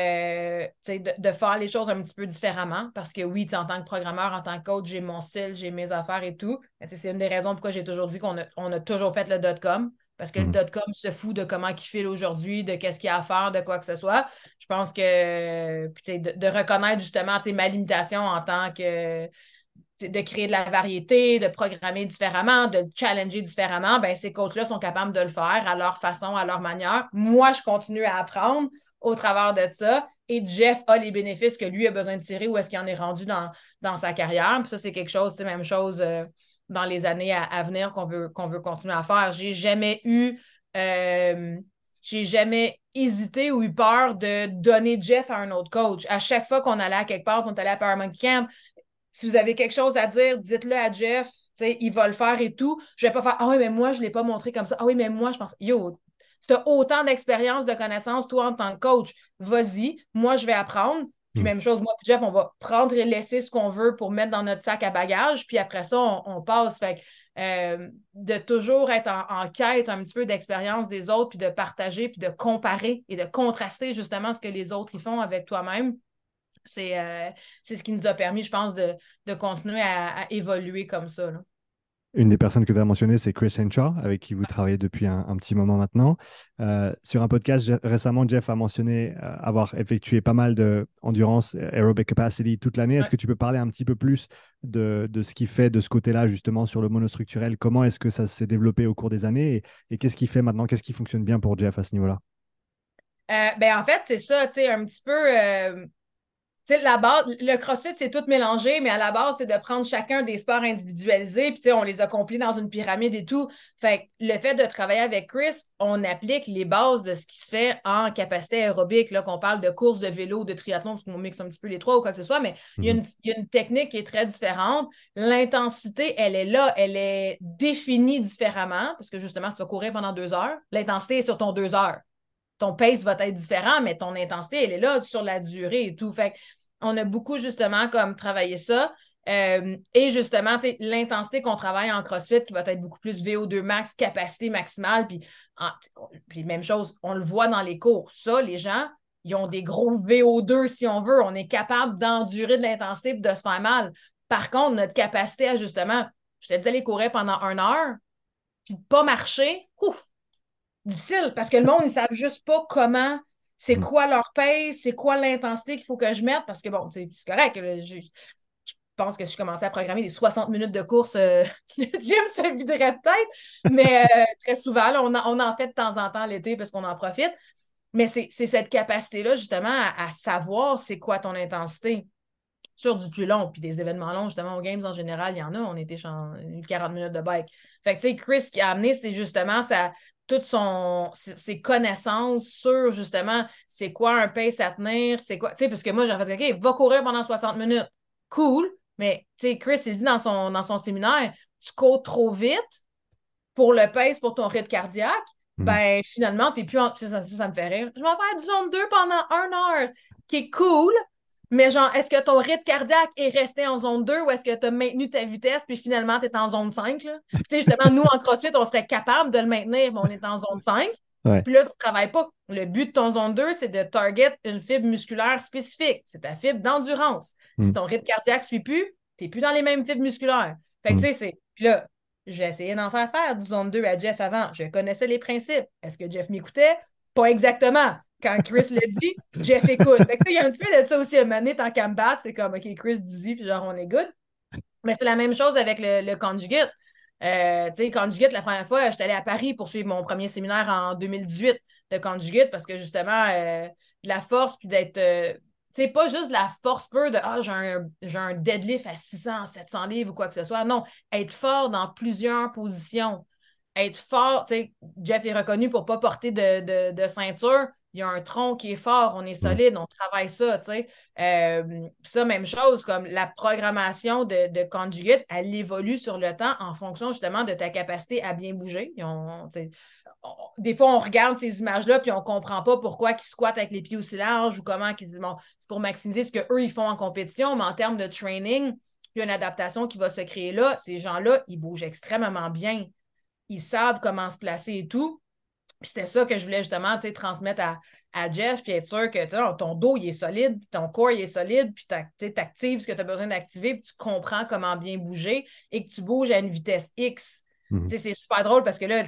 euh, de, de faire les choses un petit peu différemment parce que oui, en tant que programmeur, en tant que coach, j'ai mon style, j'ai mes affaires et tout. C'est une des raisons pourquoi j'ai toujours dit qu'on a, on a toujours fait le dot-com parce que le Mhm. dot-com se fout de comment il file aujourd'hui, de qu'est-ce qu'il y a à faire, de quoi que ce soit. Je pense que puis, de, de reconnaître justement ma limitation en tant que de créer de la variété, de programmer différemment, de challenger différemment, ben ces coachs-là sont capables de le faire à leur façon, à leur manière. Moi, je continue à apprendre au travers de ça. Et Jeff a les bénéfices que lui a besoin de tirer où est-ce qu'il en est rendu dans, dans sa carrière. Puis ça, c'est quelque chose, c'est la même chose euh, dans les années à, à venir qu'on veut, qu'on veut continuer à faire. J'ai jamais eu euh, j'ai jamais hésité ou eu peur de donner Jeff à un autre coach. À chaque fois qu'on allait à quelque part, on allait à Paramount Camp, si vous avez quelque chose à dire, dites-le à Jeff, il va le faire et tout. Je vais pas faire, ah oui, mais moi, je ne l'ai pas montré comme ça. Ah oui, mais moi, je pense, yo, tu as autant d'expérience, de connaissances, toi, en tant que coach, vas-y, moi, je vais apprendre. Puis Mhm. même chose, moi, puis Jeff, on va prendre et laisser ce qu'on veut pour mettre dans notre sac à bagages, puis après ça, on, on passe. Fait que, euh, de toujours être en, en quête un petit peu d'expérience des autres, puis de partager, puis de comparer et de contraster justement ce que les autres y font avec toi-même. C'est euh, c'est ce qui nous a permis, je pense, de, de continuer à, à évoluer comme ça. Là. Une des personnes que tu as mentionnées, c'est Chris Henshaw, avec qui vous travaillez depuis un, un petit moment maintenant. Euh, sur un podcast Je- récemment, Jeff a mentionné euh, avoir effectué pas mal de endurance, euh, aerobic capacity toute l'année. Est-ce Ouais. que tu peux parler un petit peu plus de, de ce qu'il fait de ce côté-là, justement, sur le monostructurel? Comment est-ce que ça s'est développé au cours des années et, et qu'est-ce qu'il fait maintenant? Qu'est-ce qui fonctionne bien pour Jeff à ce niveau-là? Euh, ben, en fait, c'est ça, tu sais, un petit peu. Euh, tu sais, la base, le CrossFit, c'est tout mélangé, mais à la base, c'est de prendre chacun des sports individualisés, puis tu sais, on les a complis dans une pyramide et tout. Fait que le fait de travailler avec Chris, on applique les bases de ce qui se fait en capacité aérobique, là, qu'on parle de course, de vélo, de triathlon, parce qu'on mixe un petit peu les trois ou quoi que ce soit, mais il y a Mhm. une, il y a une technique qui est très différente. L'intensité, elle est là, elle est définie différemment, parce que justement, si tu vas courir pendant deux heures, l'intensité est sur ton deux heures. Ton pace va être différent, mais ton intensité, elle est là sur la durée et tout. Fait on a beaucoup justement comme travaillé ça. Euh, et justement, l'intensité qu'on travaille en CrossFit qui va être beaucoup plus V O deux max, capacité maximale, puis, en, puis même chose, on le voit dans les cours. Ça, les gens, ils ont des gros V O deux si on veut. On est capable d'endurer de l'intensité et de se faire mal. Par contre, notre capacité à justement, je te disais, aller courir pendant une heure, puis de pas marcher, ouf, difficile parce que le monde, ils savent juste pas comment, c'est Mhm. quoi leur pace, c'est quoi l'intensité qu'il faut que je mette parce que bon, c'est correct. Là, je, je pense que si je commençais à programmer des soixante minutes de course, euh, le gym se viderait peut-être, mais euh, très souvent, là, on, en, on en fait de temps en temps l'été parce qu'on en profite. Mais c'est cette capacité-là, justement, à, à savoir c'est quoi ton intensité sur du plus long, puis des événements longs, justement, aux Games en général, il y en a, on était quarante minutes de bike. Fait que, tu sais, Chris, qui a amené, c'est justement sa, toutes son, ses connaissances sur, justement, c'est quoi un pace à tenir, c'est quoi, tu sais, parce que moi, j'ai fait, OK, va courir pendant soixante minutes. Cool, mais, tu sais, Chris, il dit dans son, dans son séminaire, tu cours trop vite pour le pace, pour ton rythme cardiaque, Mhm. ben, finalement, t'es plus en, ça, ça, ça me fait rire. Je vais faire du zone deux pendant une heure, qui est cool, mais genre, est-ce que ton rythme cardiaque est resté en zone deux ou est-ce que tu as maintenu ta vitesse puis finalement tu es en zone cinq? Là? Tu sais, justement, nous, en CrossFit, on serait capable de le maintenir, mais on est en zone cinq. Ouais. Puis là, tu ne travailles pas. Le but de ton zone deux, c'est de target une fibre musculaire spécifique. C'est ta fibre d'endurance. Si Mhm. ton rythme cardiaque ne suit plus, tu n'es plus dans les mêmes fibres musculaires. Fait que tu Mhm. sais, c'est. Puis là, j'ai essayé d'en faire faire du zone deux à Jeff avant. Je connaissais les principes. Est-ce que Jeff m'écoutait? Pas exactement. Quand Chris l'a dit, Jeff écoute. Fait que, il y a un petit peu de ça aussi. À un moment donné, tant qu'à me battre, c'est comme, OK, Chris dit, puis genre, on est good. Mais c'est la même chose avec le, le conjugate. Euh, tu sais, conjugate, la première fois, j'étais allée à Paris pour suivre mon premier séminaire en deux mille dix-huit de conjugate parce que justement, euh, de la force, puis d'être. Euh, tu sais, pas juste de la force pure de ah, j'ai un, j'ai un deadlift à six cents, sept cents livres ou quoi que ce soit. Non, être fort dans plusieurs positions. être fort. Tu sais, Jeff est reconnu pour ne pas porter de, de, de ceinture. Il y a un tronc qui est fort, on est solide, on travaille ça, tu sais. Euh, ça, même chose, comme la programmation de, de conjugate, elle évolue sur le temps en fonction justement de ta capacité à bien bouger. On, on, des fois, on regarde ces images-là puis on ne comprend pas pourquoi ils squattent avec les pieds aussi larges ou comment ils disent, bon, c'est pour maximiser ce qu'eux, ils font en compétition, mais en termes de training, il y a une adaptation qui va se créer là. Ces gens-là, ils bougent extrêmement bien. Ils savent comment se placer et tout. Puis c'était ça que je voulais justement transmettre à, à Jeff, puis être sûr que ton dos, il est solide, puis ton corps, il est solide, puis tu actives ce que tu as besoin d'activer, puis tu comprends comment bien bouger et que tu bouges à une vitesse X. Mm-hmm. C'est super drôle parce que là,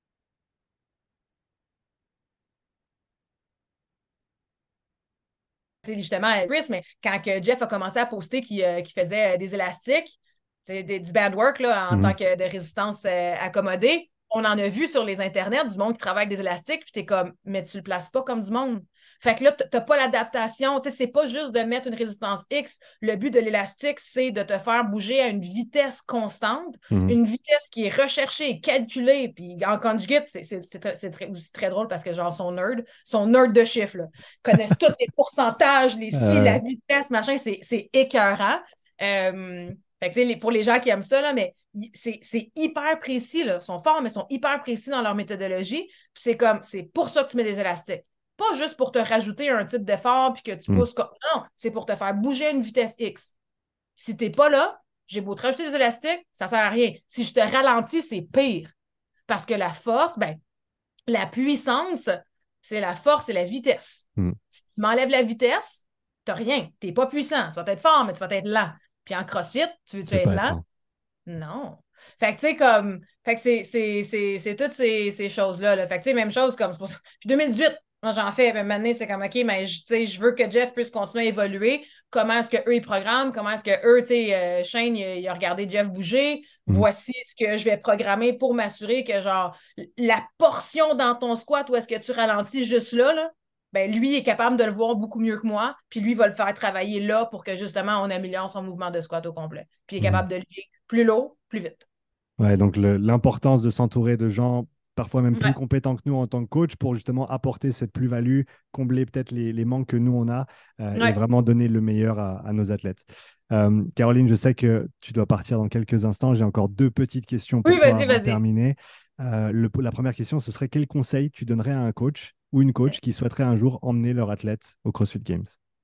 justement, Chris, mais quand que Jeff a commencé à poster qu'il euh, qu'il faisait des élastiques, des, du bandwork là, en mm-hmm. tant que de résistance euh, accommodée, on en a vu sur les internets du monde qui travaille avec des élastiques, puis t'es comme, mais tu le places pas comme du monde. Fait que là, t'as pas l'adaptation. C'est pas juste de mettre une résistance X. Le but de l'élastique, c'est de te faire bouger à une vitesse constante, mm-hmm. une vitesse qui est recherchée, calculée. Puis en conjugate, c'est très, aussi très drôle parce que genre, son nerd, son nerd de chiffres, là, connaissent tous les pourcentages, les si, euh... la vitesse, machin, c'est écœurant. Euh, fait que, les, pour les gens qui aiment ça, là, mais c'est hyper précis, là. Ils sont forts, mais ils sont hyper précis dans leur méthodologie. Puis c'est comme, c'est pour ça que tu mets des élastiques. Pas juste pour te rajouter un type d'effort puis que tu pousses. Mm. Comme... Non, c'est pour te faire bouger à une vitesse X. Si t'es pas là, j'ai beau te rajouter des élastiques, ça sert à rien. Si je te ralentis, c'est pire. Parce que la force, ben, la puissance, c'est la force et la vitesse. Mm. Si tu m'enlèves la vitesse, t'as rien. T'es pas puissant. Tu vas être fort, mais tu vas être lent. Puis en CrossFit, tu veux-tu être lent? Non. Fait que, tu sais, comme... Fait que c'est toutes ces, ces choses-là. Là. Fait que, tu sais, même chose comme... Pour... Puis deux mille dix-huit, moi, j'en fais. Même année, c'est comme, OK, mais tu sais, je veux que Jeff puisse continuer à évoluer. Comment est-ce qu'eux, ils programment? Comment est-ce qu'eux, tu sais, euh, Shane, il, il a regardé Jeff bouger. Mm-hmm. Voici ce que je vais programmer pour m'assurer que, genre, la portion dans ton squat où est-ce que tu ralentis juste là, là, ben lui est capable de le voir beaucoup mieux que moi, puis lui va le faire travailler là pour que justement on améliore son mouvement de squat au complet. Puis il est capable mmh. de lever plus lourd, plus vite. Ouais, donc l'importance de s'entourer de gens parfois même plus ouais. compétents que nous en tant que coach pour justement apporter cette plus-value, combler peut-être les, les manques que nous on a euh, ouais. et vraiment donner le meilleur à, à nos athlètes. Euh, Caroline, je sais que tu dois partir dans quelques instants. J'ai encore deux petites questions pour oui, toi vas-y, avant vas-y. de terminer. Euh, le, la première question, ce serait quel conseil tu donnerais à un coach ou une coach qui souhaiterait un jour emmener leur athlète au CrossFit Games?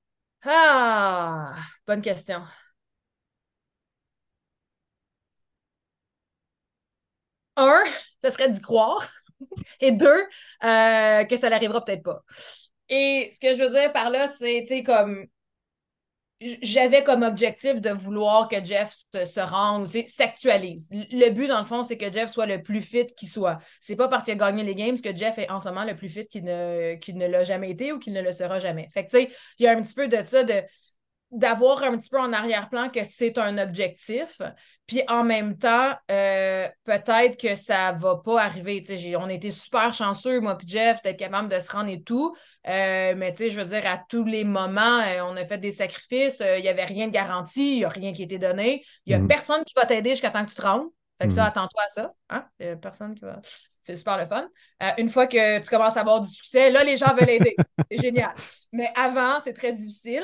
Ah, bonne question. Un, ce serait d'y croire. Et deux, euh, que ça n'arrivera peut-être pas. Et ce que je veux dire par là, c'est, tu sais, comme j'avais comme objectif de vouloir que Jeff se, se rende, s'actualise. Le but, dans le fond, c'est que Jeff soit le plus fit qu'il soit. C'est pas parce qu'il a gagné les games que Jeff est en ce moment le plus fit qu'il ne, qu'il ne l'a jamais été ou qu'il ne le sera jamais. Fait que, tu sais, il y a un petit peu de ça, de d'avoir un petit peu en arrière-plan que c'est un objectif, puis en même temps, euh, peut-être que ça va pas arriver. Tu sais, on a été super chanceux, moi puis Jeff, d'être capable de se rendre et tout, euh, mais tu sais, je veux dire, à tous les moments, euh, on a fait des sacrifices, il euh, n'y avait rien de garanti, il n'y a rien qui a été donné, il n'y a mmh. personne qui va t'aider jusqu'à temps que tu te rendes. Fait que mmh. ça, attends-toi à ça. Hein? Il n'y a personne qui va... C'est super le fun. Euh, une fois que tu commences à avoir du succès, là, les gens veulent aider. C'est génial. Mais avant, c'est très difficile.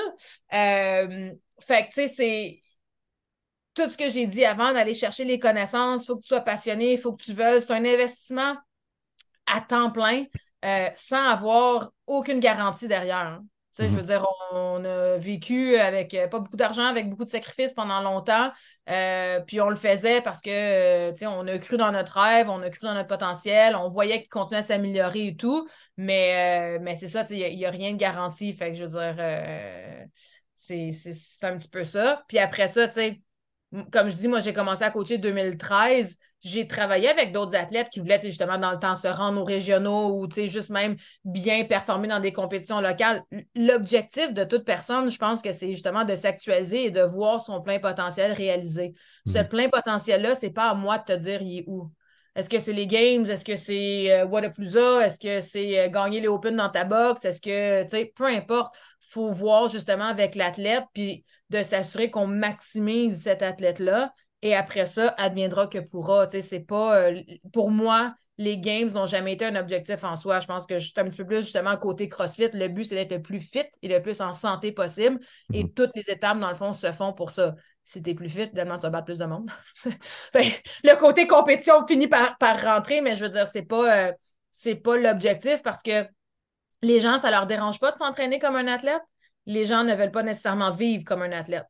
Euh, fait que, tu sais, c'est tout ce que j'ai dit avant, d'aller chercher les connaissances. Il faut que tu sois passionné, il faut que tu veuilles. C'est un investissement à temps plein euh, sans avoir aucune garantie derrière. Hein. Tu sais, mm-hmm. je veux dire, on, on a vécu avec euh, pas beaucoup d'argent, avec beaucoup de sacrifices pendant longtemps. Euh, puis on le faisait parce que, euh, tu sais, on a cru dans notre rêve, on a cru dans notre potentiel, on voyait qu'il continuait à s'améliorer et tout. Mais, euh, mais c'est ça, tu sais, il n'y a, a rien de garanti. Fait que je veux dire, euh, c'est un petit peu ça. Puis après ça, tu sais, comme je dis, moi, j'ai commencé à coacher deux mille treize. J'ai travaillé avec d'autres athlètes qui voulaient justement dans le temps se rendre aux régionaux ou juste même bien performer dans des compétitions locales. L'objectif de toute personne, je pense que c'est justement de s'actualiser et de voir son plein potentiel réalisé. Mmh. Ce plein potentiel-là, c'est pas à moi de te dire il est où. Est-ce que c'est les Games? Est-ce que c'est euh, Wodapalooza? Est-ce que c'est euh, gagner les Open dans ta box? Est-ce que, tu sais, peu importe, il faut voir justement avec l'athlète puis de s'assurer qu'on maximise cet athlète-là Et après ça, adviendra que pourra. Tu sais, c'est pas... euh, pour moi, les games n'ont jamais été un objectif en soi. Je pense que je suis un petit peu plus justement côté CrossFit. Le but, c'est d'être le plus fit et le plus en santé possible. Mhm. Et toutes les étapes, dans le fond, se font pour ça. Si t'es plus fit, évidemment, tu vas battre plus de monde. Fait, le côté compétition finit par, par rentrer, mais je veux dire, c'est pas, euh, c'est pas l'objectif parce que les gens, ça leur dérange pas de s'entraîner comme un athlète. Les gens ne veulent pas nécessairement vivre comme un athlète.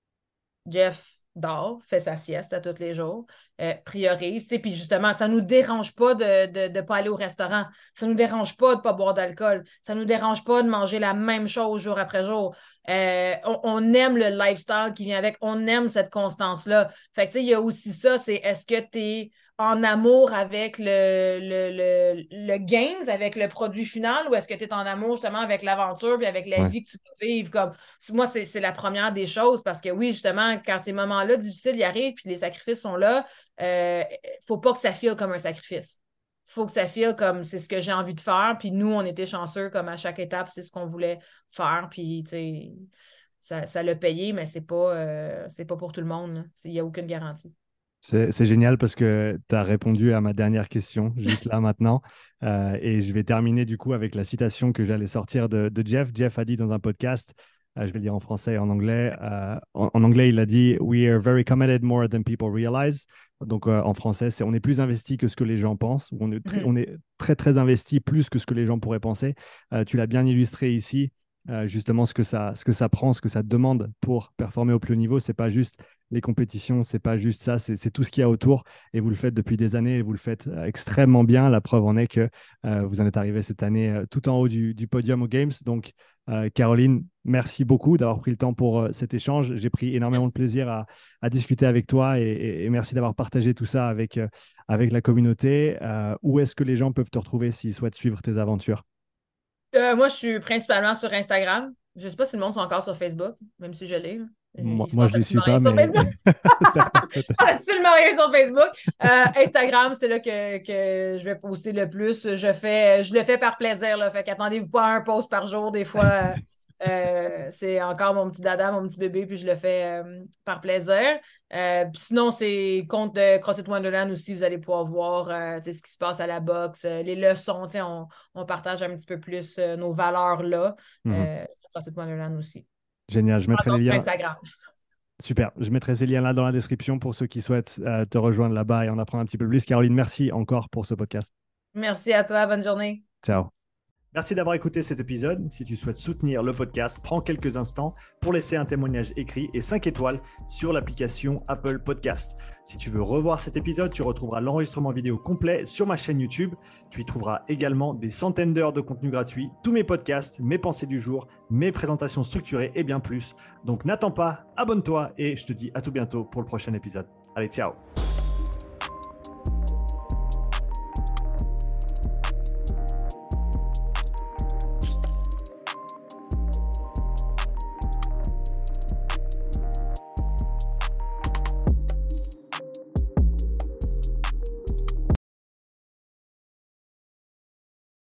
Jeff dort, fait sa sieste à tous les jours, euh, priorise. Puis justement, ça ne nous dérange pas de ne de, de pas aller au restaurant. Ça ne nous dérange pas de ne pas boire d'alcool. Ça ne nous dérange pas de manger la même chose jour après jour. Euh, on, on aime le lifestyle qui vient avec. On aime cette constance-là. Fait que tu sais, il y a aussi ça, c'est est-ce que tu es en amour avec le, le, le, le gains, avec le produit final, ou est-ce que tu es en amour justement avec l'aventure puis avec la Ouais. vie que tu peux vivre? Comme, moi, c'est, c'est la première des choses parce que oui, justement, quand ces moments-là difficiles y arrivent puis les sacrifices sont là, il euh, faut pas que ça file comme un sacrifice. Faut que ça file comme c'est ce que j'ai envie de faire. Puis nous, on était chanceux comme à chaque étape, c'est ce qu'on voulait faire. Puis, tu sais, ça, ça l'a payé, mais c'est pas, euh, c'est pas pour tout le monde. Il n'y a aucune garantie. C'est c'est génial parce que tu as répondu à ma dernière question juste là maintenant. Euh, et je vais terminer du coup avec la citation que j'allais sortir de, de Jeff. Jeff a dit dans un podcast, euh, je vais le dire en français et en anglais. Euh, en, en anglais, il a dit We are very committed more than people realize. Donc euh, en français, c'est on est plus investi que ce que les gens pensent. Ou on est très, Mm-hmm. on est très très investi plus que ce que les gens pourraient penser. Euh, tu l'as bien illustré ici. Euh, justement, ce que ça, ce que ça prend, ce que ça demande pour performer au plus haut niveau, c'est pas juste les compétitions, c'est pas juste ça, c'est tout ce qu'il y a autour. Et vous le faites depuis des années et vous le faites euh, extrêmement bien. La preuve en est que euh, vous en êtes arrivé cette année euh, tout en haut du, du podium aux Games. Donc, euh, Caroline, merci beaucoup d'avoir pris le temps pour euh, cet échange. J'ai pris énormément de Merci. plaisir à, à discuter avec toi et, et- et merci d'avoir partagé tout ça avec, euh, avec la communauté. Euh, où est-ce que les gens peuvent te retrouver s'ils souhaitent suivre tes aventures? Euh, moi, je suis principalement sur Instagram. Je sais pas si le monde sont encore sur Facebook, même si je l'ai. Là. Moi, Il se moi, passe je ne les suis absolument rien pas, sur mais Facebook. certains peut-être. Absolument rien sur Facebook. Euh, Instagram, c'est là que, que je vais poster le plus. Je fais, je le fais par plaisir. Là. Fait qu'attendez-vous pas à un post par jour. Des fois, euh, c'est encore mon petit dada, mon petit bébé, puis je le fais euh, par plaisir. Euh, puis sinon, c'est compte de CrossFit Wonderland aussi. Vous allez pouvoir voir euh, ce qui se passe à la boxe, euh, les leçons. On, on partage un petit peu plus euh, nos valeurs là. Mhm. Euh, CrossFit Wonderland aussi. Génial, je mettrai les Encore sur liens. Instagram. Super, je mettrai ces liens-là dans la description pour ceux qui souhaitent euh, te rejoindre là-bas et en apprendre un petit peu plus. Caroline, merci encore pour ce podcast. Merci à toi. Bonne journée. Ciao. Merci d'avoir écouté cet épisode. Si tu souhaites soutenir le podcast, prends quelques instants pour laisser un témoignage écrit et cinq étoiles sur l'application Apple Podcast. Si tu veux revoir cet épisode, tu retrouveras l'enregistrement vidéo complet sur ma chaîne YouTube. Tu y trouveras également des centaines d'heures de contenu gratuit, tous mes podcasts, mes pensées du jour, mes présentations structurées et bien plus. Donc n'attends pas, abonne-toi et je te dis à tout bientôt pour le prochain épisode. Allez, ciao!